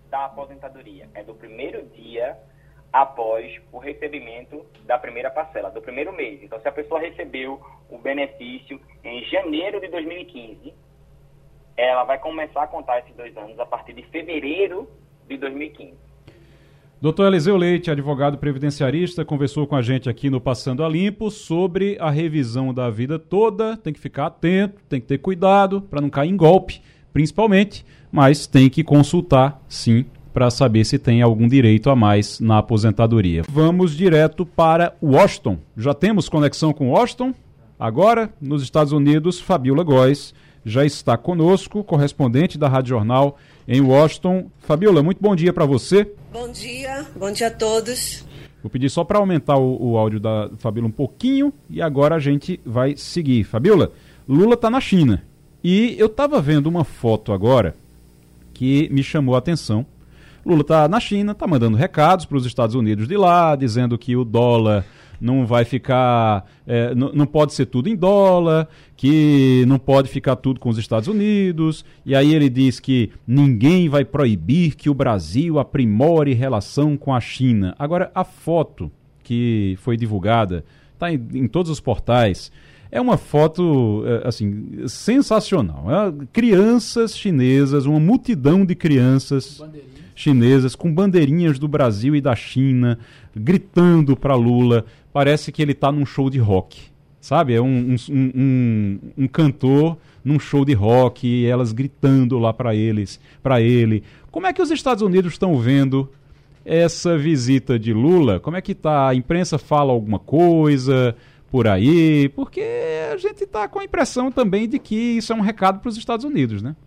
da aposentadoria, é do primeiro dia após o recebimento da primeira parcela, do primeiro mês. Então, se a pessoa recebeu o benefício em janeiro de dois mil e quinze, ela vai começar a contar esses dois anos a partir de fevereiro de dois mil e quinze. doutor Eliseu Leite, advogado previdenciarista, conversou com a gente aqui no Passando a Limpo sobre a revisão da vida toda. Tem que ficar atento, tem que ter cuidado para não cair em golpe, principalmente, mas tem que consultar, sim, para saber se tem algum direito a mais na aposentadoria. Vamos direto para Washington. Já temos conexão com Washington? Agora, nos Estados Unidos, Fabiola Góes já está conosco, correspondente da Rádio Jornal em Washington. Fabiola, muito bom dia para você. Bom dia, bom dia a todos. Vou pedir só para aumentar o, o áudio da Fabiola um pouquinho e agora a gente vai seguir. Fabiola, Lula está na China e eu estava vendo uma foto agora que me chamou a atenção. Lula está na China, está mandando recados para os Estados Unidos de lá, dizendo que o dólar não vai ficar, é, n- não pode ser tudo em dólar, que não pode ficar tudo com os Estados Unidos, e aí ele diz que ninguém vai proibir que o Brasil aprimore relação com a China. Agora, a foto que foi divulgada, está em, em todos os portais, é uma foto, assim, sensacional. É, crianças chinesas, uma multidão de crianças chinesas com bandeirinhas do Brasil e da China, gritando para Lula. Parece que ele está num show de rock, sabe? É um, um, um, um cantor num show de rock e elas gritando lá para eles, para ele. Como é que os Estados Unidos estão vendo essa visita de Lula? Como é que tá? A imprensa fala alguma coisa por aí? Porque a gente está com a impressão também de que isso é um recado para os Estados Unidos, né?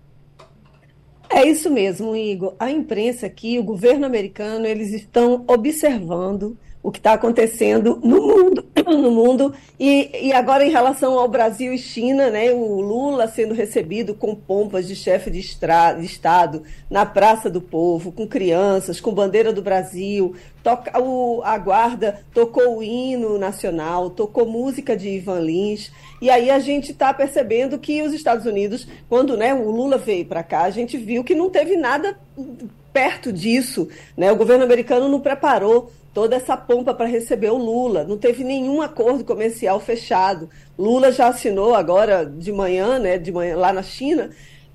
É isso mesmo, Igor. A imprensa aqui, o governo americano, eles estão observando o que está acontecendo no mundo, no mundo e, e agora em relação ao Brasil e China, né, o Lula sendo recebido com pompas de chefe de, estra, de Estado na Praça do Povo, com crianças, com bandeira do Brasil, toca, o, a guarda tocou o hino nacional, tocou música de Ivan Lins, e aí a gente está percebendo que os Estados Unidos, quando, né, o Lula veio para cá, a gente viu que não teve nada perto disso, né, o governo americano não preparou toda essa pompa para receber o Lula. Não teve nenhum acordo comercial fechado. Lula já assinou agora de manhã, né, de manhã lá na China,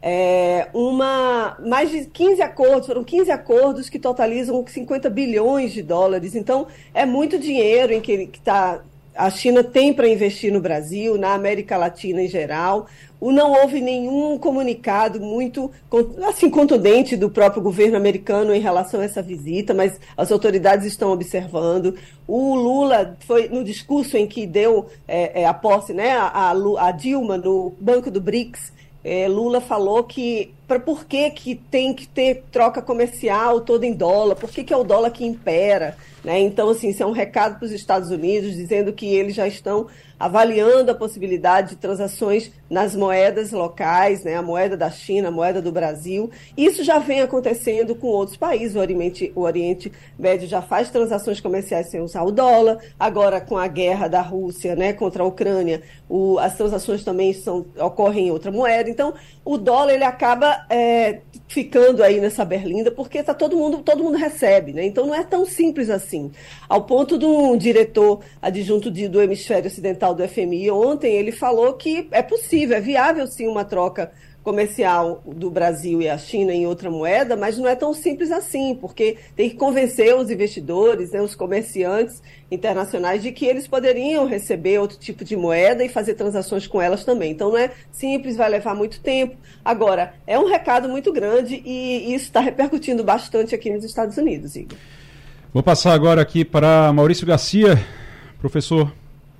é, uma, mais de quinze acordos, foram quinze acordos que totalizam cinquenta bilhões de dólares. Então, é muito dinheiro em que, que tá, a China tem para investir no Brasil, na América Latina em geral. Não houve nenhum comunicado muito assim, contundente do próprio governo americano em relação a essa visita, mas as autoridades estão observando. O Lula, foi no discurso em que deu é, é, a posse, né, a, a Dilma no Banco do BRICS, é, Lula falou que pra, por que, que tem que ter troca comercial toda em dólar, por que, que é o dólar que impera, né? Então, assim, isso é um recado para os Estados Unidos, dizendo que eles já estão avaliando a possibilidade de transações nas moedas locais, né? A moeda da China, a moeda do Brasil. Isso já vem acontecendo com outros países. O Oriente, o Oriente Médio já faz transações comerciais sem usar o dólar. Agora, com a guerra da Rússia, né, contra a Ucrânia, o, as transações também são, ocorrem em outra moeda. Então, o dólar ele acaba é, ficando aí nessa berlinda, porque tá todo mundo, todo mundo recebe, né? Então, não é tão simples assim. Ao ponto de um diretor adjunto de, do hemisfério ocidental do F M I, ontem ele falou que é possível, é viável sim uma troca comercial do Brasil e a China em outra moeda, mas não é tão simples assim, porque tem que convencer os investidores, né, os comerciantes internacionais de que eles poderiam receber outro tipo de moeda e fazer transações com elas também. Então não é simples, vai levar muito tempo. Agora, é um recado muito grande e isso está repercutindo bastante aqui nos Estados Unidos, Igor. Vou passar agora aqui para Maurício Garcia, professor.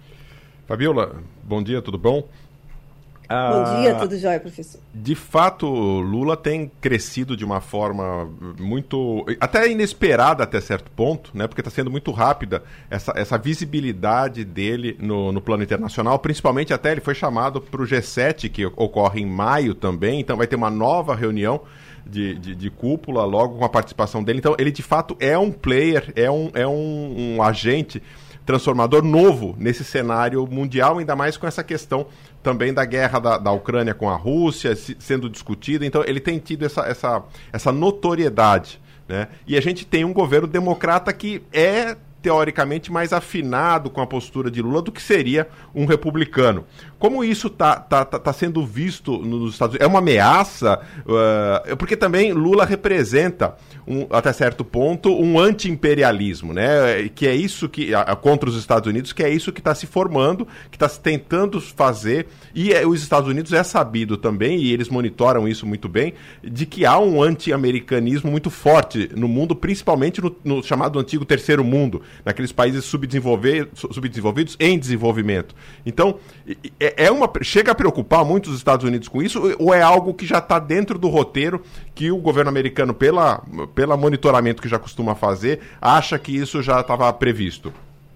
Fabiola, bom dia, tudo bom? Ah, bom dia, tudo jóia, professor. De fato, Lula tem crescido de uma forma muito, até inesperada até certo ponto, né? Porque está sendo muito rápida essa, essa visibilidade dele no, no plano internacional, principalmente até ele foi chamado para o G sete, que ocorre em maio também, então vai ter uma nova reunião de, de, de cúpula logo com a participação dele. Então ele de fato é um player, é um, é um, um agente transformador novo nesse cenário mundial, ainda mais com essa questão também da guerra da, da Ucrânia com a Rússia se, sendo discutida. Então ele tem tido essa, essa, essa notoriedade né? E a gente tem um governo democrata que é teoricamente mais afinado com a postura de Lula do que seria um republicano. Como isso está tá, tá, tá sendo visto nos Estados Unidos? É uma ameaça? Uh, porque também Lula representa, um, até certo ponto, um anti-imperialismo, né? Que é isso que, a, contra os Estados Unidos, que é isso que está se formando, que está se tentando fazer, e é, os Estados Unidos é sabido também, e eles monitoram isso muito bem, de que há um anti-americanismo muito forte no mundo, principalmente no, no chamado antigo terceiro mundo, naqueles países subdesenvolvidos, subdesenvolvidos em desenvolvimento. Então, é uma, chega a preocupar muito os Estados Unidos com isso, ou é algo que já está dentro do roteiro que o governo americano, pela, pela monitoramento que já costuma fazer, acha que isso já estava previsto?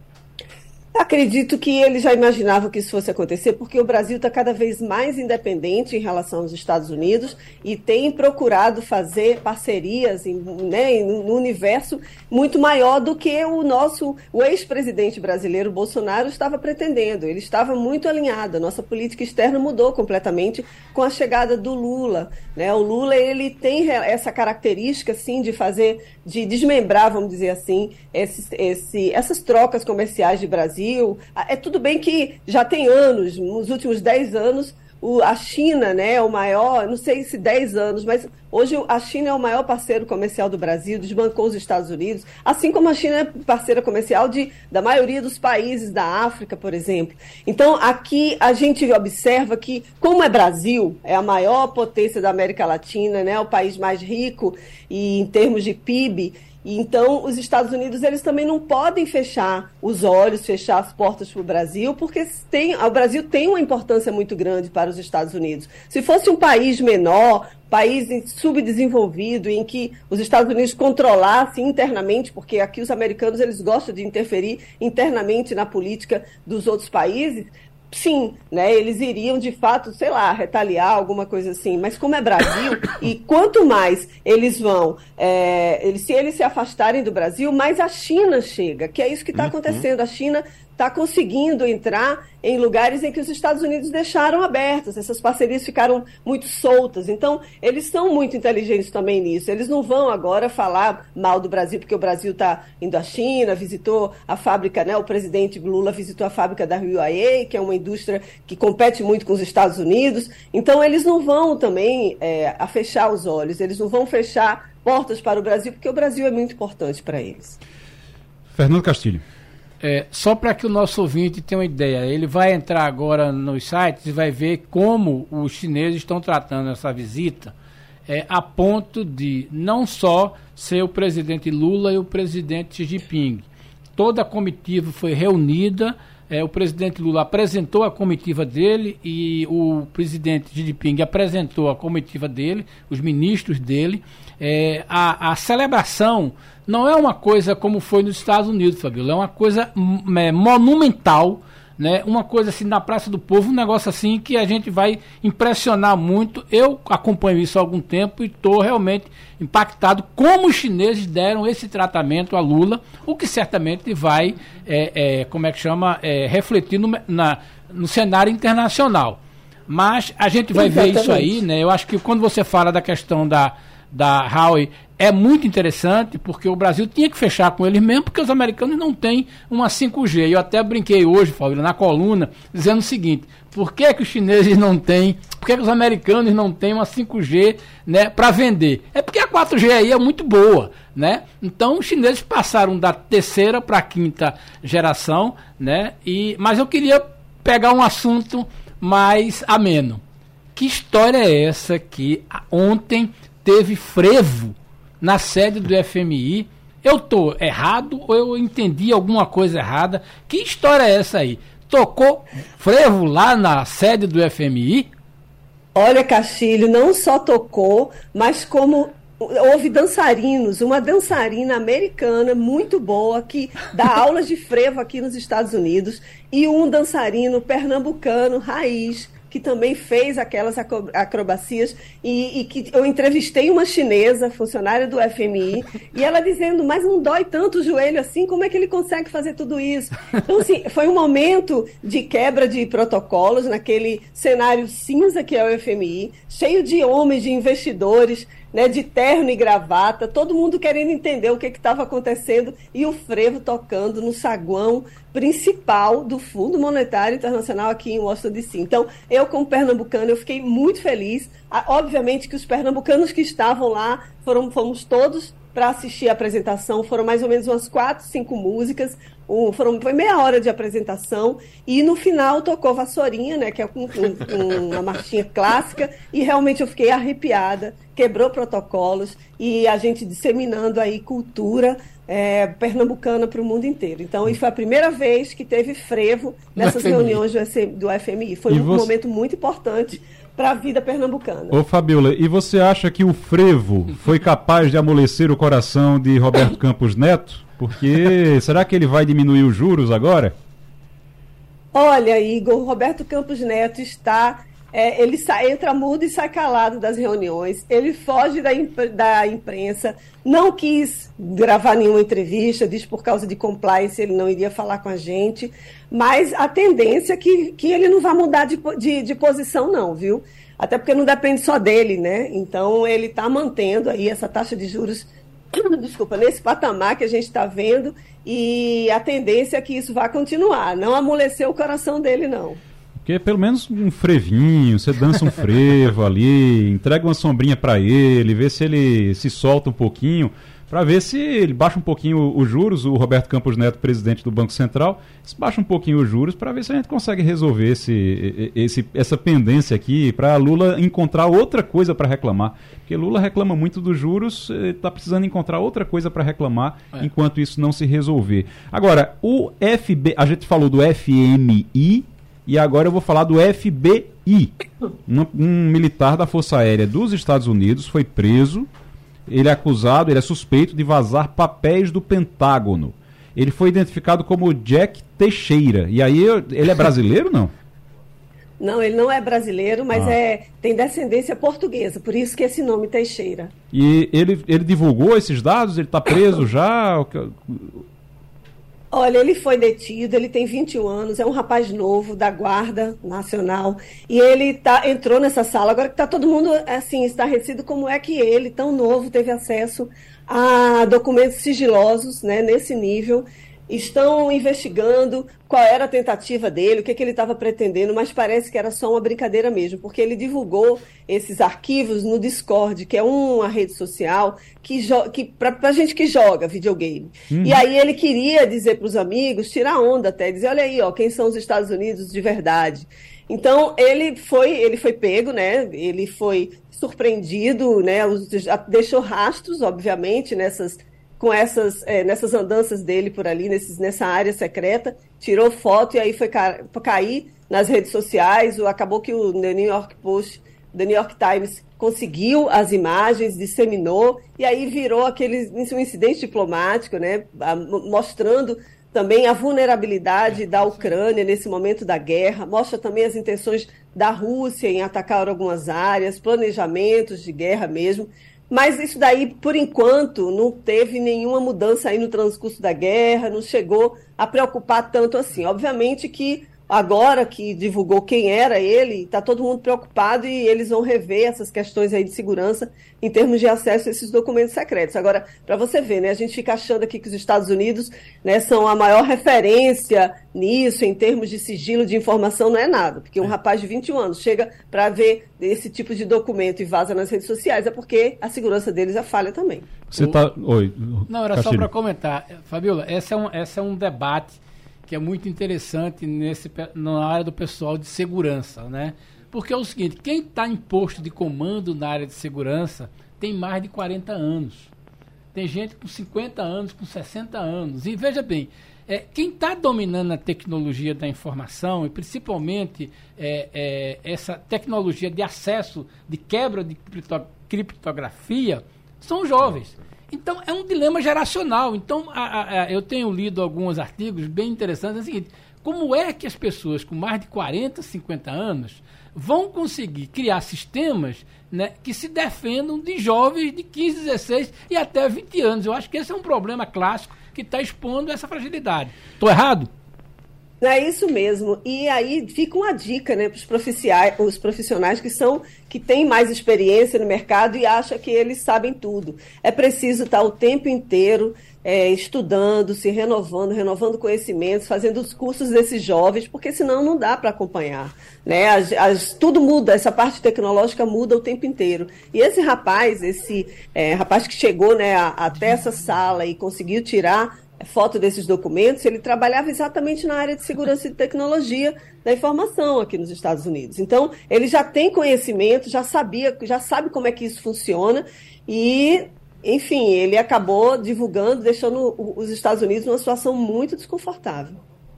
Acredito que ele já imaginava que isso fosse acontecer, porque o Brasil está cada vez mais independente em relação aos Estados Unidos e tem procurado fazer parcerias em, né, no universo muito maior do que o nosso, o ex-presidente brasileiro Bolsonaro estava pretendendo. Ele estava muito alinhado. A nossa política externa mudou completamente com a chegada do Lula, né? O Lula, ele tem essa característica, assim, de fazer, de desmembrar, vamos dizer assim, esse, esse, essas trocas comerciais de Brasil. É tudo bem que já tem anos, nos últimos dez anos, o, a China, né, é o maior, não sei se dez anos, mas hoje a China é o maior parceiro comercial do Brasil, desbancou os Estados Unidos, assim como a China é parceira comercial de, da maioria dos países da África, por exemplo. Então, aqui a gente observa que, como é Brasil, é a maior potência da América Latina, né, o país mais rico e em termos de P I B, então, os Estados Unidos, eles também não podem fechar os olhos, fechar as portas para o Brasil, porque tem, o Brasil tem uma importância muito grande para os Estados Unidos. Se fosse um país menor, país subdesenvolvido, em que os Estados Unidos controlassem internamente, porque aqui os americanos, eles gostam de interferir internamente na política dos outros países, sim, né, eles iriam de fato, sei lá, retaliar, alguma coisa assim, mas como é Brasil, e quanto mais eles vão, é, eles, se eles se afastarem do Brasil, mais a China chega, que é isso que está acontecendo. A China está conseguindo entrar em lugares em que os Estados Unidos deixaram abertos, essas parcerias ficaram muito soltas, então eles são muito inteligentes também nisso, eles não vão agora falar mal do Brasil, porque o Brasil está indo à China, visitou a fábrica, né, o presidente Lula visitou a fábrica da Huawei, que é uma indústria que compete muito com os Estados Unidos, então eles não vão também é, a fechar os olhos, eles não vão fechar portas para o Brasil, porque o Brasil é muito importante para eles. Fernando Castilho. É, só para que o nosso ouvinte tenha uma ideia, ele vai entrar agora nos sites e vai ver como os chineses estão tratando essa visita, é, a ponto de não só ser o presidente Lula e o presidente Xi Jinping. Toda a comitiva foi reunida, é, o presidente Lula apresentou a comitiva dele e o presidente Xi Jinping apresentou a comitiva dele, os ministros dele. É, a, a celebração não é uma coisa como foi nos Estados Unidos, Fabíola, é uma coisa é, monumental, né? Uma coisa assim na Praça do Povo, um negócio assim que a gente vai impressionar muito. Eu acompanho isso há algum tempo e estou realmente impactado como os chineses deram esse tratamento a Lula, o que certamente vai, é, é, como é que chama, é, refletir no, na, no cenário internacional. Mas a gente vai Exatamente. ver isso aí, né? Eu acho que quando você fala da questão da da Huawei, é muito interessante, porque o Brasil tinha que fechar com eles mesmo, porque os americanos não têm uma cinco G. Eu até brinquei hoje, Fábio, na coluna, dizendo o seguinte: por que que os chineses não têm, por que que os americanos não têm uma cinco G, né, para vender? É porque a quatro G aí é muito boa, né? Então os chineses passaram da terceira para a quinta geração, né? E, mas eu queria pegar um assunto mais ameno. Que história é essa que ontem teve frevo na sede do F M I? Eu tô errado ou eu entendi alguma coisa errada? Que história é essa aí? Tocou frevo lá na sede do F M I? Olha, Castilho, não só tocou, mas como houve dançarinos, uma dançarina americana muito boa que dá aulas de frevo aqui nos Estados Unidos, e um dançarino pernambucano, raiz, que também fez aquelas acrobacias, e, e que eu entrevistei uma chinesa, funcionária do F M I, e ela dizendo, mas não dói tanto o joelho assim, como é que ele consegue fazer tudo isso? Então, assim, foi um momento de quebra de protocolos naquele cenário cinza que é o F M I, cheio de homens, de investidores, né, de terno e gravata, todo mundo querendo entender o que estava acontecendo, e o frevo tocando no saguão principal do Fundo Monetário Internacional aqui em Washington, D C Então, eu como pernambucana, eu fiquei muito feliz. Ah, obviamente que os pernambucanos que estavam lá, foram, fomos todos para assistir a apresentação, foram mais ou menos umas quatro, cinco músicas, um, foram, foi meia hora de apresentação, e no final tocou Vassourinha, né, que é um, um, uma marchinha clássica, e realmente eu fiquei arrepiada, quebrou protocolos, e a gente disseminando aí cultura é, pernambucana para o mundo inteiro. Então, e foi a primeira vez que teve frevo nessas reuniões do, do F M I. Foi e um você... momento muito importante para a vida pernambucana. Ô Fabiola, e você acha que o frevo foi capaz de amolecer o coração de Roberto Campos Neto? Porque será que ele vai diminuir os juros agora? Olha, Igor, Roberto Campos Neto está... É, ele sai, entra mudo e sai calado das reuniões, ele foge da, imp- da imprensa, não quis gravar nenhuma entrevista, diz por causa de compliance ele não iria falar com a gente, mas a tendência é que, que ele não vai mudar de, de, de posição não, viu? Até porque não depende só dele, né? Então ele está mantendo aí essa taxa de juros, desculpa, nesse patamar que a gente está vendo, e a tendência é que isso vai continuar, não amoleceu o coração dele não. Porque pelo menos um frevinho, você dança um frevo ali, entrega uma sombrinha para ele, vê se ele se solta um pouquinho, para ver se ele baixa um pouquinho os juros, o Roberto Campos Neto, presidente do Banco Central, se baixa um pouquinho os juros para ver se a gente consegue resolver esse, esse, essa pendência aqui, para Lula encontrar outra coisa para reclamar. Porque Lula reclama muito dos juros, está precisando encontrar outra coisa para reclamar é. enquanto isso não se resolver. Agora, o F B, a gente falou do F M I, e agora eu vou falar do F B I. Um, um militar da Força Aérea dos Estados Unidos foi preso. Ele é acusado, ele é suspeito de vazar papéis do Pentágono. Ele foi identificado como Jack Teixeira. E aí, ele é brasileiro, não? Não, ele não é brasileiro, mas ah. é, tem descendência portuguesa, por isso que esse nome Teixeira. E ele, ele divulgou esses dados? Ele está preso já? Olha, ele foi detido, ele tem vinte e um anos, é um rapaz novo da Guarda Nacional, e ele tá, entrou nessa sala, agora que está todo mundo assim, estarrecido, como é que ele, tão novo, teve acesso a documentos sigilosos, né, nesse nível. Estão investigando qual era a tentativa dele, o que, que ele estava pretendendo, mas parece que era só uma brincadeira mesmo, porque ele divulgou esses arquivos no Discord, que é uma rede social que, jo- que para gente que joga videogame. Uhum. E aí ele queria dizer para os amigos, tirar onda até, dizer, olha aí, ó, quem são os Estados Unidos de verdade. Então, ele foi, ele foi pego, né? Ele foi surpreendido, né? Os, deixou rastros, obviamente, nessas... com essas, é, nessas andanças dele por ali, nesses, nessa área secreta, tirou foto e aí foi ca- cair nas redes sociais. O, acabou que o The New York Post, The New York Times conseguiu as imagens, disseminou, e aí virou aquele um incidente diplomático, né, mostrando também a vulnerabilidade da Ucrânia nesse momento da guerra, mostra também as intenções da Rússia em atacar algumas áreas, planejamentos de guerra mesmo. Mas isso daí, por enquanto, não teve nenhuma mudança aí no transcurso da guerra, não chegou a preocupar tanto assim. Obviamente que agora que divulgou quem era ele, está todo mundo preocupado e eles vão rever essas questões aí de segurança em termos de acesso a esses documentos secretos. Agora, para você ver, né, a gente fica achando aqui que os Estados Unidos, né, são a maior referência nisso, em termos de sigilo de informação, não é nada. Porque um rapaz de vinte e um anos chega para ver esse tipo de documento e vaza nas redes sociais, é porque a segurança deles é falha também. Você tá... Oi, não, era Castilho. Só para comentar. Fabiola, esse é um, esse é um debate que é muito interessante nesse, na área do pessoal de segurança, né? Porque é o seguinte, quem está em posto de comando na área de segurança tem mais de quarenta anos. Tem gente com cinquenta anos, com sessenta anos. E veja bem, é, quem está dominando a tecnologia da informação, e principalmente é, é, essa tecnologia de acesso, de quebra de cripto, criptografia, são os jovens. Então, é um dilema geracional. Então, a, a, eu tenho lido alguns artigos bem interessantes. É o seguinte, como é que as pessoas com mais de quarenta, cinquenta anos vão conseguir criar sistemas, né, que se defendam de jovens de quinze, dezesseis e até vinte anos? Eu acho que esse é um problema clássico que está expondo essa fragilidade. Estou errado? É isso mesmo. E aí fica uma dica, né, para os profissionais, os profissionais que são que têm mais experiência no mercado e acham que eles sabem tudo. É preciso estar o tempo inteiro é, estudando, se renovando, renovando conhecimentos, fazendo os cursos desses jovens, porque senão não dá para acompanhar. Né? As, as, tudo muda, essa parte tecnológica muda o tempo inteiro. E esse rapaz, esse é, rapaz que chegou, né, a, até essa sala e conseguiu tirar foto desses documentos, ele trabalhava exatamente na área de segurança e tecnologia da informação aqui nos Estados Unidos. Então, ele já tem conhecimento, já sabia, já sabe como é que isso funciona e, enfim, ele acabou divulgando, deixando os Estados Unidos numa situação muito desconfortável.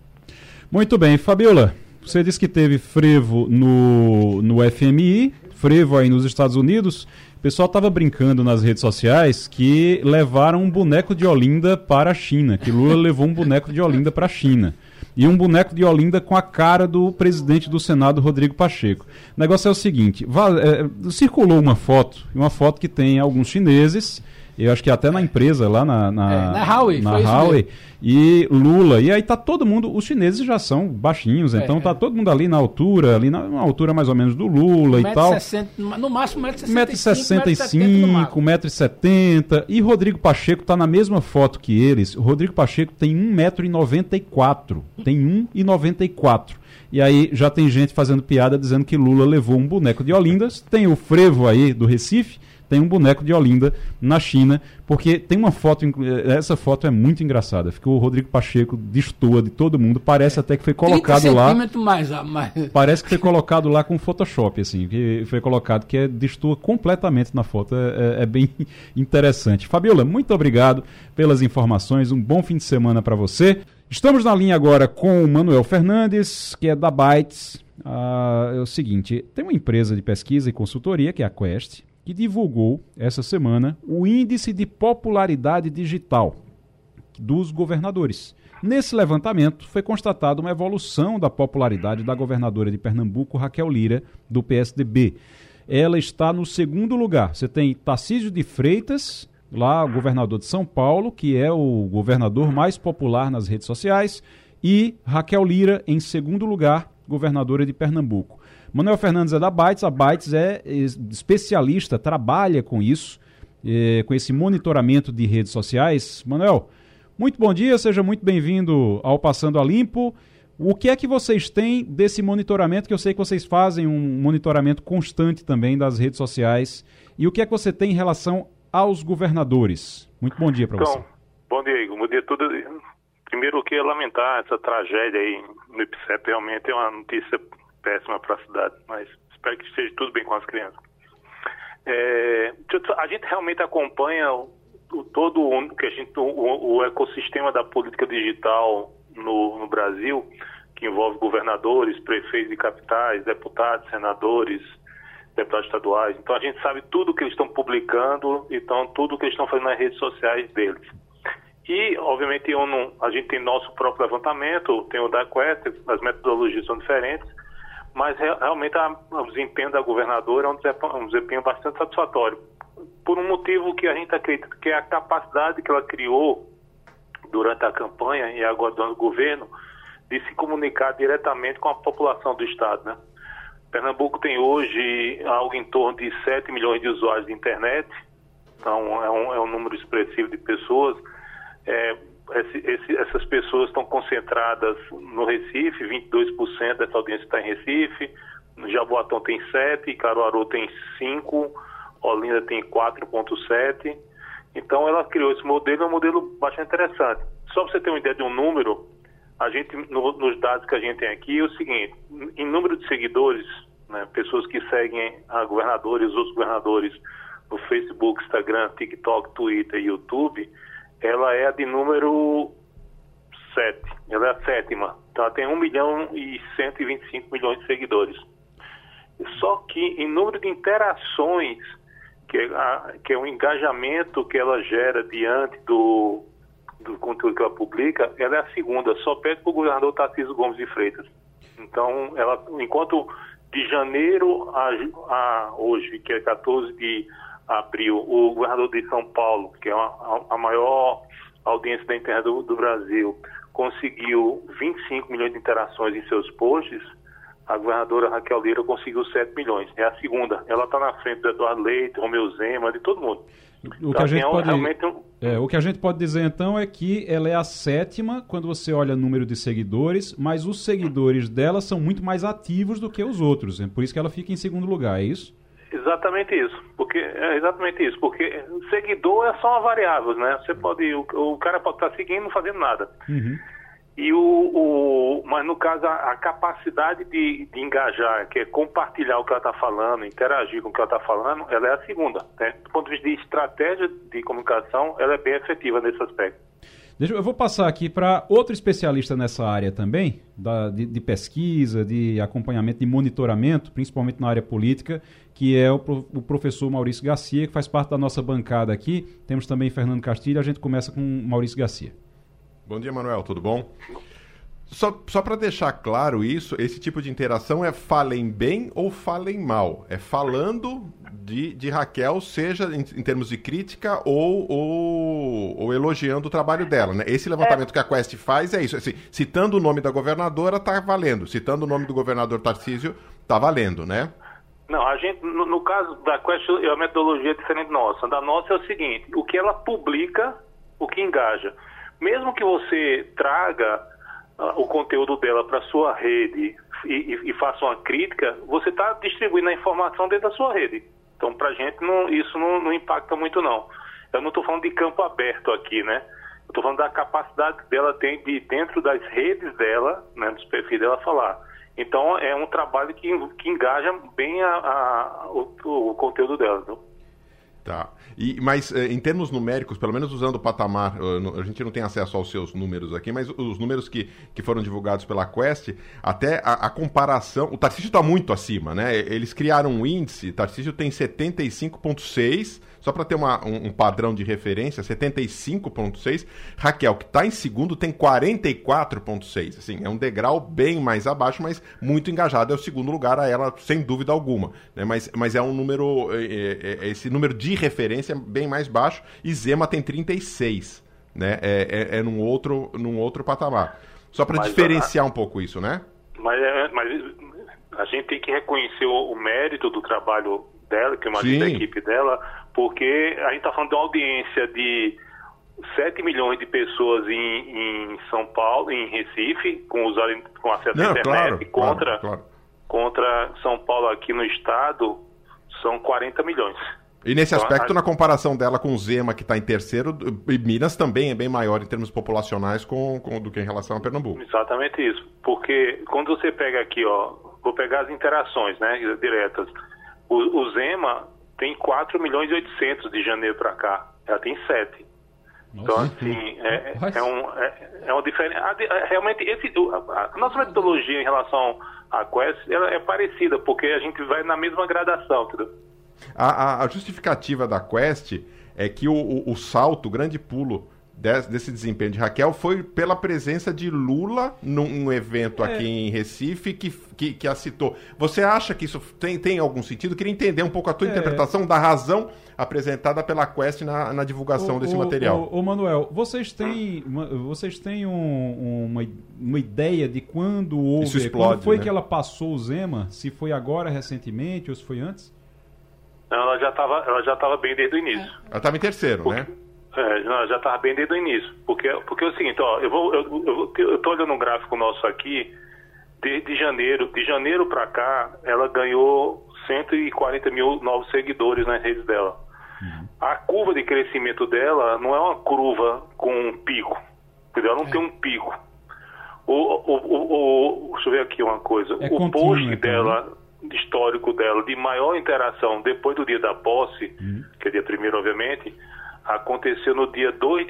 Muito bem, Fabiola, você disse que teve frevo no, no F M I, frevo aí nos Estados Unidos. O pessoal estava brincando nas redes sociais que levaram um boneco de Olinda para a China, que Lula levou um boneco de Olinda para a China. E um boneco de Olinda com a cara do presidente do Senado, Rodrigo Pacheco. O negócio é o seguinte, é, circulou uma foto, uma foto que tem alguns chineses, eu acho que até na empresa lá na, na, é, na Huawei, na Huawei e Lula, e aí tá todo mundo, os chineses já são baixinhos, então é, tá é. todo mundo ali na altura, ali na, na altura mais ou menos do Lula um e tal. sessenta, no máximo um metro e sessenta e cinco, um metro e setenta, e Rodrigo Pacheco tá na mesma foto que eles. O Rodrigo Pacheco tem um metro e noventa e quatro, tem um metro e noventa e quatro. E aí já tem gente fazendo piada dizendo que Lula levou um boneco de Olindas, tem o frevo aí do Recife, tem um boneco de Olinda na China, porque tem uma foto, essa foto é muito engraçada, ficou o Rodrigo Pacheco destoa de todo mundo, parece até que foi colocado lá, mais, mais. parece que foi colocado lá com Photoshop, assim, que foi colocado que é, destoa completamente na foto, é, é bem interessante. Fabiola, muito obrigado pelas informações, um bom fim de semana para você. Estamos na linha agora com o Manuel Fernandes, que é da Bytes. Ah, é o seguinte, tem uma empresa de pesquisa e consultoria, que é a Quest, que divulgou essa semana o índice de popularidade digital dos governadores. Nesse levantamento foi constatada uma evolução da popularidade da governadora de Pernambuco, Raquel Lira, do P S D B. Ela está no segundo lugar. Você tem Tarcísio de Freitas, lá o governador de São Paulo, que é o governador mais popular nas redes sociais, e Raquel Lira em segundo lugar, governadora de Pernambuco. Manuel Fernandes é da Bytes, a Bytes é especialista, trabalha com isso, é, com esse monitoramento de redes sociais. Manuel, muito bom dia, seja muito bem-vindo ao Passando a Limpo. O que é que vocês têm desse monitoramento, que eu sei que vocês fazem um monitoramento constante também das redes sociais, e o que é que você tem em relação aos governadores? Muito bom dia para então, você. Bom dia, Igor. Bom dia a tudo. Primeiro, eu queria lamentar essa tragédia aí no I P S E P, realmente é uma notícia péssima para a cidade, mas espero que esteja tudo bem com as crianças. É, a gente realmente acompanha o, o, todo o, que a gente, o, o ecossistema da política digital no, no Brasil, que envolve governadores, prefeitos de capitais, deputados, senadores, deputados estaduais. Então a gente sabe tudo que eles estão publicando, então tudo que eles estão fazendo nas redes sociais deles. E, obviamente, eu não, a gente tem nosso próprio levantamento, tem o da Quest, as metodologias são diferentes, mas realmente a, o desempenho da governadora é um desempenho, um desempenho bastante satisfatório, por um motivo que a gente acredita que é a capacidade que ela criou durante a campanha e agora durante o governo de se comunicar diretamente com a população do estado, né? Pernambuco tem hoje algo em torno de sete milhões de usuários de internet, então é um, é um número expressivo de pessoas. É, esse, esse, essas pessoas estão concentradas no Recife, vinte e dois por cento dessa audiência está em Recife, no Jaboatão tem sete, Caruaru tem cinco, Olinda tem quatro vírgula sete. Então ela criou esse modelo, é um modelo bastante interessante. Só para você ter uma ideia de um número, a gente, no, nos dados que a gente tem aqui, é o seguinte, em número de seguidores, né, pessoas que seguem a governadora e os outros governadores no Facebook, Instagram, TikTok, Twitter e YouTube, ela é a de número sete, ela é a sétima. Então ela tem um milhão e cento e vinte e cinco milhões de seguidores. Só que em número de interações, que é, a, que é o engajamento que ela gera diante do, do conteúdo que ela publica, ela é a segunda, só perde para o governador Tarcísio Gomes de Freitas. Então, ela, enquanto de janeiro a, a hoje, que é quatorze de abril, o governador de São Paulo, que é uma, a maior audiência da internet do, do Brasil, conseguiu vinte e cinco milhões de interações em seus posts, a governadora Raquel Lira conseguiu sete milhões. É a segunda. Ela está na frente do Eduardo Leite, Romeu Zema, de todo mundo. O que, a gente pode, é, o que a gente pode dizer então é que ela é a sétima quando você olha o número de seguidores, mas os seguidores dela são muito mais ativos do que os outros. É por isso que ela fica em segundo lugar, é isso? Exatamente isso. Porque, é exatamente isso. Porque seguidor é só uma variável, né? Você pode, o, o cara pode estar seguindo e não fazendo nada. Uhum. E o, o, mas no caso a, a capacidade de, de engajar, que é compartilhar o que ela está falando, interagir com o que ela está falando, ela é a segunda, né? Do ponto de vista de estratégia de comunicação, ela é bem efetiva nesse aspecto. Deixa, eu vou passar aqui para outro especialista nessa área também, da, de, de pesquisa, de acompanhamento, de monitoramento, principalmente na área política, que é o, o professor Maurício Garcia, que faz parte da nossa bancada aqui. Temos também Fernando Castilho, a gente começa com Maurício Garcia. Bom dia, Manuel, tudo bom? Só, só para deixar claro isso, esse tipo de interação é falem bem ou falem mal. É falando de, de Raquel, seja em, em termos de crítica ou, ou, ou elogiando o trabalho dela, né? Esse levantamento é. que a Quest faz é isso. Assim, citando o nome da governadora, tá valendo. Citando o nome do governador Tarcísio, tá valendo, né? Não, a gente, no, no caso da Quest, a metodologia é diferente da nossa. Da nossa é o seguinte, o que ela publica, o que engaja. Mesmo que você traga uh, o conteúdo dela para a sua rede e, e, e faça uma crítica, você está distribuindo a informação dentro da sua rede. Então, para a gente, não, isso não, não impacta muito, não. Eu não estou falando de campo aberto aqui, né? Eu estou falando da capacidade que ela tem de, dentro das redes dela, né, dos perfis dela, falar. Então, é um trabalho que, que engaja bem a, a, o, o conteúdo dela, viu? Tá. E, mas em termos numéricos, pelo menos usando o patamar, a gente não tem acesso aos seus números aqui, mas os números que, que foram divulgados pela Quest, até a, a comparação, o Tarcísio está muito acima, né? Eles criaram um índice, Tarcísio tem setenta e cinco vírgula seis, só para ter uma, um, um padrão de referência, setenta e cinco vírgula seis, Raquel, que está em segundo, tem quarenta e quatro vírgula seis, assim, é um degrau bem mais abaixo, mas muito engajado, é o segundo lugar a ela, sem dúvida alguma, né? Mas, mas é um número, é, é, esse número de referência bem mais baixo, e Zema tem trinta e seis, né? É, é, é num, outro, num outro patamar. Só para diferenciar a, um pouco isso, né? Mas, mas a gente tem que reconhecer o, o mérito do trabalho dela, que eu imagino da equipe dela, porque a gente está falando de uma audiência de sete milhões de pessoas em, em São Paulo, em Recife, com, usuário, com acesso à internet, claro, contra, claro, claro. contra São Paulo aqui no estado, são quarenta milhões. E nesse então, aspecto, a... na comparação dela com o Zema, que está em terceiro, Minas também é bem maior em termos populacionais com, com, do que em relação a Pernambuco. Exatamente isso. Porque quando você pega aqui, ó, vou pegar as interações, né, diretas. O, o Zema tem quatro milhões e oitocentos de janeiro para cá. Ela tem sete. Nossa. Então, assim, é, é, um, é, é uma diferença. Realmente, esse, a, a nossa metodologia em relação à Quest ela é parecida, porque a gente vai na mesma gradação, entendeu? A, a, a justificativa da Quest é que o, o, o salto, o grande pulo desse, desse desempenho de Raquel foi pela presença de Lula num, num evento é. aqui em Recife que, que, que a citou. Você acha que isso tem, tem algum sentido? Eu queria entender um pouco a tua é. interpretação da razão apresentada pela Quest na, na divulgação o, desse o, material. Ô Manuel, vocês têm, uma, vocês têm um, uma, uma ideia de quando houve, isso explode, quando foi né? que ela passou o Zema? Se foi agora, recentemente, ou se foi antes? Não, ela já estava ela já estava bem desde o início. Ela estava em terceiro, porque, né? É, ela já estava bem desde o início. Porque, porque é o seguinte, ó, eu vou, eu, eu, eu tô olhando um gráfico nosso aqui, desde janeiro, de janeiro para cá, ela ganhou cento e quarenta mil novos seguidores nas redes dela. Uhum. A curva de crescimento dela não é uma curva com um pico, entendeu? Ela não é. tem um pico. O, o, o, o, deixa eu ver aqui uma coisa. É o contínuo, post então, dela... né? histórico dela de maior interação depois do dia da posse, uhum. que é dia primeiro, obviamente, aconteceu no dia dois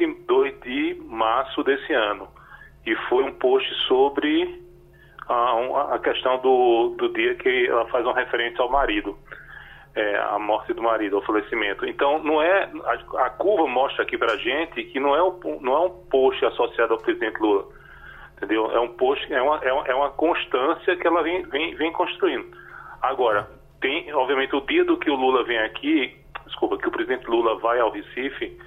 de março desse ano. E foi um post sobre a, a questão do, do dia que ela faz uma referência ao marido, é, a morte do marido, ao falecimento. Então, não é a, a curva mostra aqui pra gente que não é, o, não é um post associado ao presidente Lula, entendeu? É um post, é uma, é uma, é uma constância que ela vem, vem, vem construindo. Agora, tem, obviamente, o dia do que o Lula vem aqui, desculpa, que o presidente Lula vai ao Recife,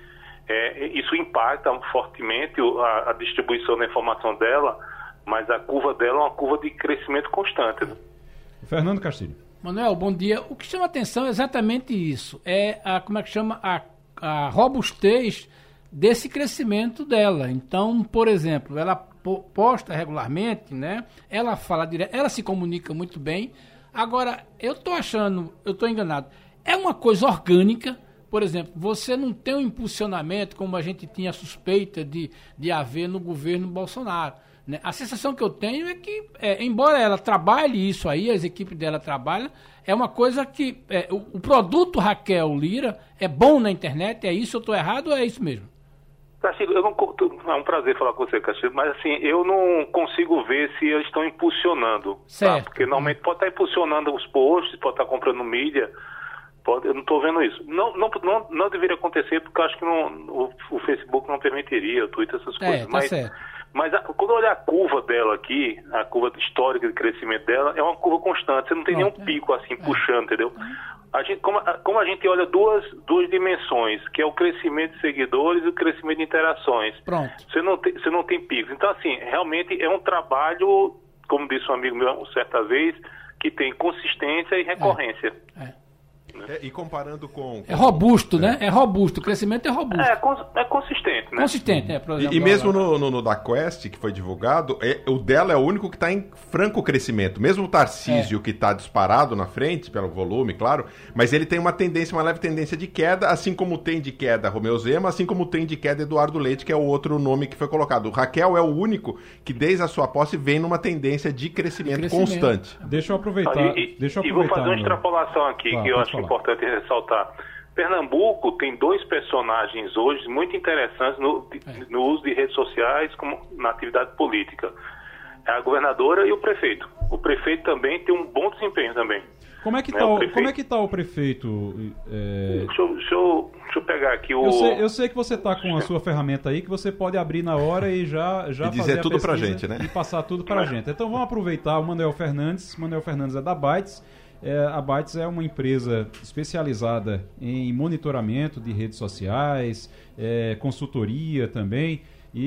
é, isso impacta fortemente a, a distribuição da informação dela, mas a curva dela é uma curva de crescimento constante. Né? Fernando Castilho. Manuel, bom dia. O que chama atenção é exatamente isso. É a, como é que chama, a, a robustez desse crescimento dela. Então, por exemplo, ela posta regularmente, né? Ela fala direto, ela se comunica muito bem. Agora, eu estou achando, eu estou enganado. É uma coisa orgânica. Por exemplo, você não tem um impulsionamento como a gente tinha suspeita de, de haver no governo Bolsonaro. Né? A sensação que eu tenho é que, é, embora ela trabalhe isso aí, as equipes dela trabalham, é uma coisa que é, o, o produto Raquel Lira é bom na internet, é isso, eu estou errado ou é isso mesmo? Castilho, eu não, é um prazer falar com você, Castilho, mas assim, eu não consigo ver se eles estão impulsionando. Certo. Tá? Porque normalmente pode estar impulsionando os posts, pode estar comprando mídia, pode, eu não estou vendo isso. Não, não, não, não deveria acontecer, porque eu acho que não, o, o Facebook não permitiria, o Twitter, essas coisas. É, tá mas, certo. Mas a, quando eu olhar a curva dela aqui, a curva histórica de crescimento dela, é uma curva constante. Você não tem Pronto, nenhum é. pico assim, É. puxando, entendeu? A gente, como, a, como a gente olha duas, duas dimensões, que é o crescimento de seguidores e o crescimento de interações. Pronto. Você não tem, você não tem picos. Então, assim, realmente é um trabalho, como disse um amigo meu certa vez, que tem consistência e recorrência. É. É. É, e comparando com... com É robusto, né? É robusto. O crescimento é robusto. É, cons, é consistente, né? Consistente, é. Por exemplo, E, e mesmo lá, no, no, no da Quest, que foi divulgado, é, o dela é o único que está em franco crescimento. Mesmo o Tarcísio, É. que está disparado na frente, pelo volume, claro, mas ele tem uma tendência, uma leve tendência de queda, assim como tem de queda Romeu Zema, assim como tem de queda Eduardo Leite, que é o outro nome que foi colocado. O Raquel é o único que, desde a sua posse, vem numa tendência de crescimento, De crescimento. constante. Deixa eu aproveitar. E, deixa eu e vou aproveitar, fazer uma meu. extrapolação aqui, Claro, que eu pode acho falar. importante ressaltar. Pernambuco tem dois personagens hoje muito interessantes no, no uso de redes sociais como na atividade política. É a governadora e o prefeito. O prefeito também tem um bom desempenho também. Como é que Né, está o o, prefeito- como é que tá o prefeito? é, Deixa, eu, deixa, eu, deixa eu pegar aqui o... Eu sei, eu sei que você está com a sua ferramenta aí, que você pode abrir na hora e já, já E dizer fazer a tudo pra pesquisa gente, né? E passar tudo para a gente. Então vamos aproveitar o Manuel Fernandes. Manuel Fernandes é da Bytes. É, a Bytes é uma empresa especializada em monitoramento de redes sociais, é, consultoria também.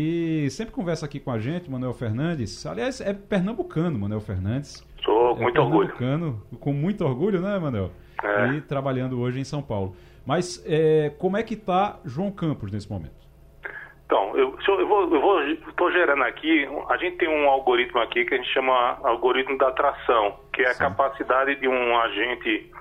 E sempre conversa aqui com a gente, Manuel Fernandes. Aliás, é pernambucano, Manuel Fernandes. Sou com É muito orgulho. pernambucano, com muito orgulho, né, Manuel? É. E trabalhando hoje em São Paulo. Mas é, como é que está João Campos nesse momento? Então, eu, se eu, eu vou, eu vou, estou gerando aqui, a gente tem um algoritmo aqui que a gente chama algoritmo da atração, que é a Sim. capacidade de um agente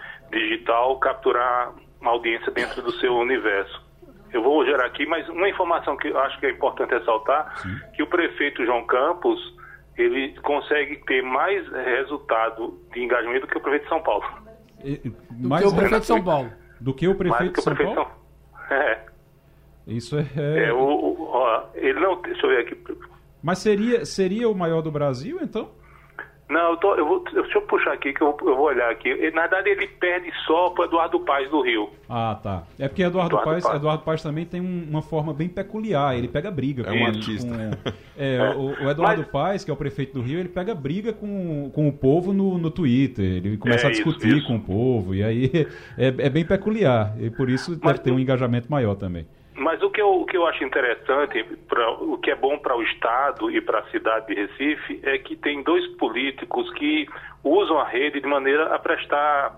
digital capturar uma audiência dentro do seu universo. Eu vou gerar aqui, mas uma informação que eu acho que é importante ressaltar, Sim. que o prefeito João Campos, ele consegue ter mais resultado de engajamento do que o prefeito de São Paulo. E- Do mais que o é- prefeito de São Paulo. do que o mais prefeito do de que o São prefeito Paulo? de São É. Isso é, é- É, o, o- ó, ele não, deixa eu ver aqui. Mas seria, seria o maior do Brasil, então? Não, eu tô, eu vou, deixa eu puxar aqui que eu, eu vou olhar aqui. Ele, na verdade, ele perde só para Eduardo Paes do Rio. Ah, tá. É porque Eduardo, Eduardo Paes, Paes. Eduardo Paes também tem um- uma forma bem peculiar. Ele pega briga É com... um artista. com- é, o, o Eduardo Mas- Paes, que é o prefeito do Rio, ele pega briga com, com o povo no, no Twitter. Ele começa É, a discutir isso, isso. com o povo. E aí é, é bem peculiar. E por isso Mas- deve ter um engajamento maior também. Mas o que eu, o que eu acho interessante, pra, o que é bom para o Estado e para a cidade de Recife, é que tem dois políticos que usam a rede de maneira a prestar,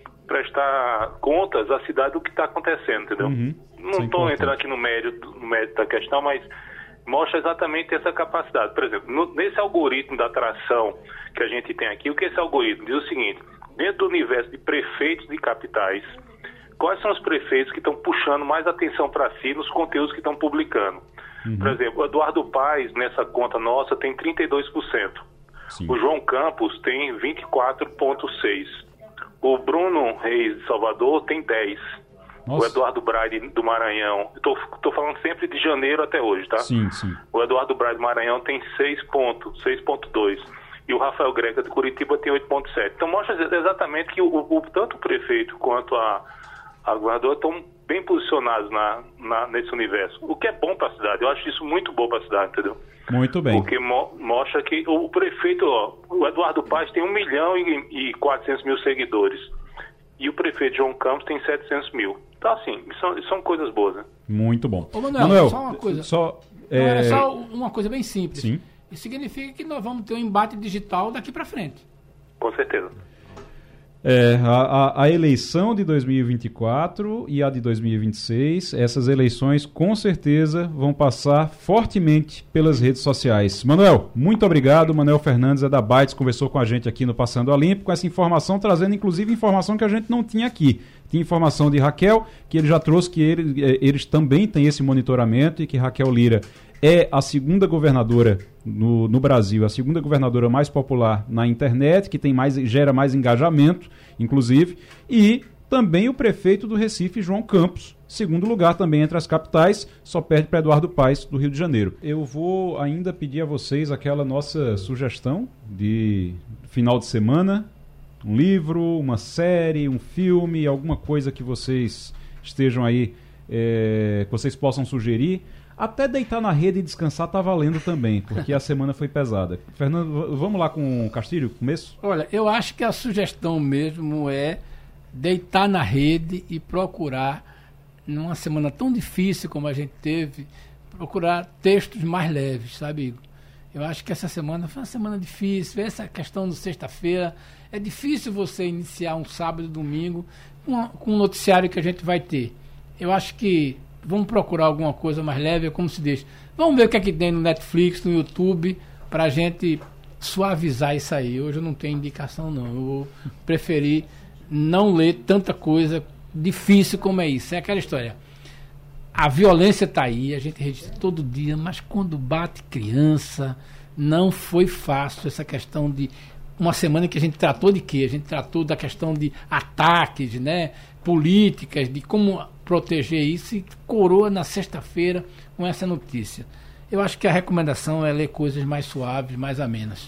prestar contas à cidade do que está acontecendo, entendeu? Uhum. Isso é Não estou importante. entrando aqui no mérito, no mérito da questão, mas mostra exatamente essa capacidade. Por exemplo, no- nesse algoritmo da atração que a gente tem aqui, o que esse algoritmo diz é o seguinte: dentro do universo de prefeitos de capitais, quais são os prefeitos que estão puxando mais atenção para si nos conteúdos que estão publicando? Uhum. Por exemplo, o Eduardo Paes, nessa conta nossa, tem trinta e dois por cento. Sim. O João Campos tem vinte e quatro vírgula seis por cento. O Bruno Reis de Salvador tem dez por cento. O Nossa. Eduardo Braide do Maranhão, estou falando sempre de janeiro até hoje, tá? Sim, sim. O Eduardo Braide do Maranhão tem seis vírgula dois por cento. E o Rafael Greca de Curitiba tem oito vírgula sete por cento. Então mostra exatamente que o, o, tanto o prefeito quanto a, a governadora estão bem posicionados na, na, nesse universo. O que é bom para a cidade. Eu acho isso muito bom para a cidade, entendeu? Muito bem. Porque mo mostra que o prefeito, ó, o Eduardo Paes tem um milhão e, e quatrocentos mil seguidores. E o prefeito João Campos tem setecentos mil. Então, assim, são, são coisas boas, né? Muito bom. Ô, Manuel, Manuel, só uma coisa. Só, Não, é... é só uma coisa bem simples. Sim. Isso significa que nós vamos ter um embate digital daqui para frente. Com certeza. É, a, a, a eleição de dois mil e vinte e quatro e a de dois mil e vinte e seis, essas eleições com certeza vão passar fortemente pelas redes sociais. Manuel, muito obrigado. Manuel Fernandes é da Bytes, conversou com a gente aqui no Passando a Limpo, com essa informação, trazendo inclusive informação que a gente não tinha aqui. Tinha informação de Raquel, que ele já trouxe que ele, eles também têm esse monitoramento e que Raquel Lira é a segunda governadora no, no Brasil, a segunda governadora mais popular na internet, que tem mais, gera mais engajamento, inclusive, e também o prefeito do Recife, João Campos, segundo lugar também entre as capitais, só perde para Eduardo Paes, do Rio de Janeiro. Eu vou ainda pedir a vocês aquela nossa sugestão de final de semana, um livro, uma série, um filme, alguma coisa que vocês estejam aí, é, que vocês possam sugerir. Até deitar na rede e descansar tá valendo também, porque a semana foi pesada. Fernando, vamos lá com o Castilho, começo? Olha, eu acho que a sugestão mesmo é deitar na rede e procurar, numa semana tão difícil como a gente teve, procurar textos mais leves, sabe, Igor? Eu acho que essa semana foi uma semana difícil, essa questão de sexta-feira, é difícil você iniciar um sábado e domingo com, com um noticiário que a gente vai ter. Eu acho que vamos procurar alguma coisa mais leve, como se diz. Vamos ver o que é que tem no Netflix, no YouTube, para a gente suavizar isso aí. Hoje eu não tenho indicação, não. Eu vou preferir não ler tanta coisa difícil como é isso. É aquela história. A violência está aí, a gente registra todo dia, mas quando bate criança, não foi fácil essa questão de... Uma semana que a gente tratou de quê? A gente tratou da questão de ataques, né? Políticas, de como proteger isso, e coroa na sexta-feira com essa notícia. Eu acho que a recomendação é ler coisas mais suaves, mais amenas.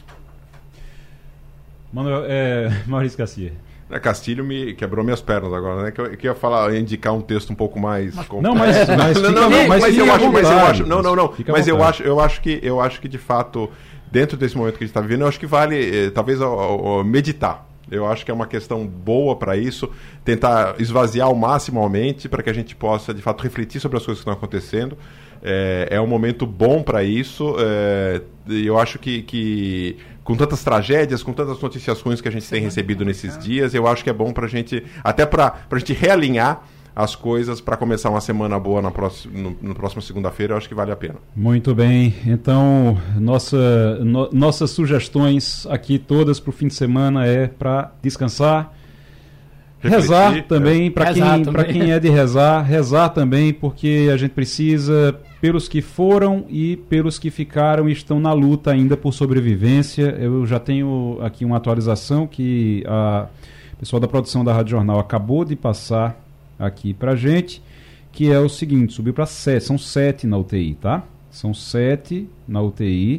Manuel, é, Maurício Garcia. É, Castilho me quebrou minhas pernas agora, né? Que eu, que eu ia falar, ia indicar um texto um pouco mais. Mas, não, mas, mas, não, não, não, mas, mas eu acho, mas eu acho, não, não, não. Mas eu acho, eu acho que, eu acho que de fato, dentro desse momento que a gente está vivendo, eu acho que vale, eh, talvez, ó, ó, meditar. Eu acho que é uma questão boa para isso, tentar esvaziar ao máximo a mente para que a gente possa, de fato, refletir sobre as coisas que estão acontecendo. É, é um momento bom para isso. É, eu acho que, que, com tantas tragédias, com tantas noticiações que a gente Sim, tem recebido nesses dias, eu acho que é bom para a gente, até para a gente realinhar as coisas para começar uma semana boa na próxima, no, no próximo segunda-feira. Eu acho que vale a pena. Muito bem. Então, nossa, no, nossas sugestões aqui todas para o fim de semana é para descansar, refletir, rezar também, é. para quem, para quem é de rezar, rezar também, porque a gente precisa, pelos que foram e pelos que ficaram e estão na luta ainda por sobrevivência. Eu já tenho aqui uma atualização que a pessoal da produção da Rádio Jornal acabou de passar aqui pra gente, que é o seguinte: subiu para sete, são sete na U T I, tá? São sete na U T I.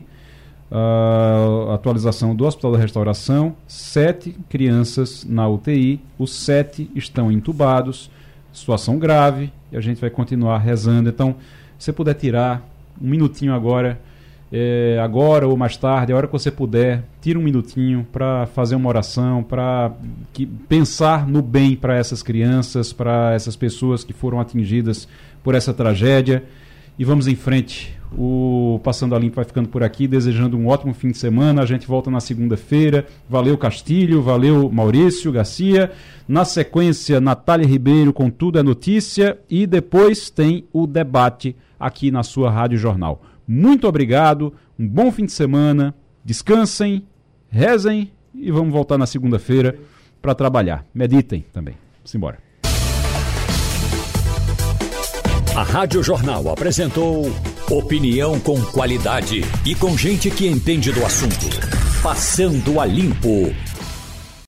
Uh, atualização do Hospital da Restauração, sete crianças na U T I, os sete estão entubados, situação grave, e a gente vai continuar rezando. Então, se você puder tirar um minutinho agora, é, agora ou mais tarde, a hora que você puder, tira um minutinho para fazer uma oração, para pensar no bem para essas crianças, para essas pessoas que foram atingidas por essa tragédia, e vamos em frente. O Passando a Limpo vai ficando por aqui, desejando um ótimo fim de semana. A gente volta na segunda-feira. Valeu, Castilho, valeu, Maurício Garcia. Na sequência, Natália Ribeiro com Tudo é Notícia, e depois tem o debate aqui na sua Rádio Jornal. Muito obrigado, um bom fim de semana, descansem, rezem e vamos voltar na segunda-feira para trabalhar. Meditem também. Vamos embora. A Rádio Jornal apresentou opinião com qualidade e com gente que entende do assunto. Passando a Limpo.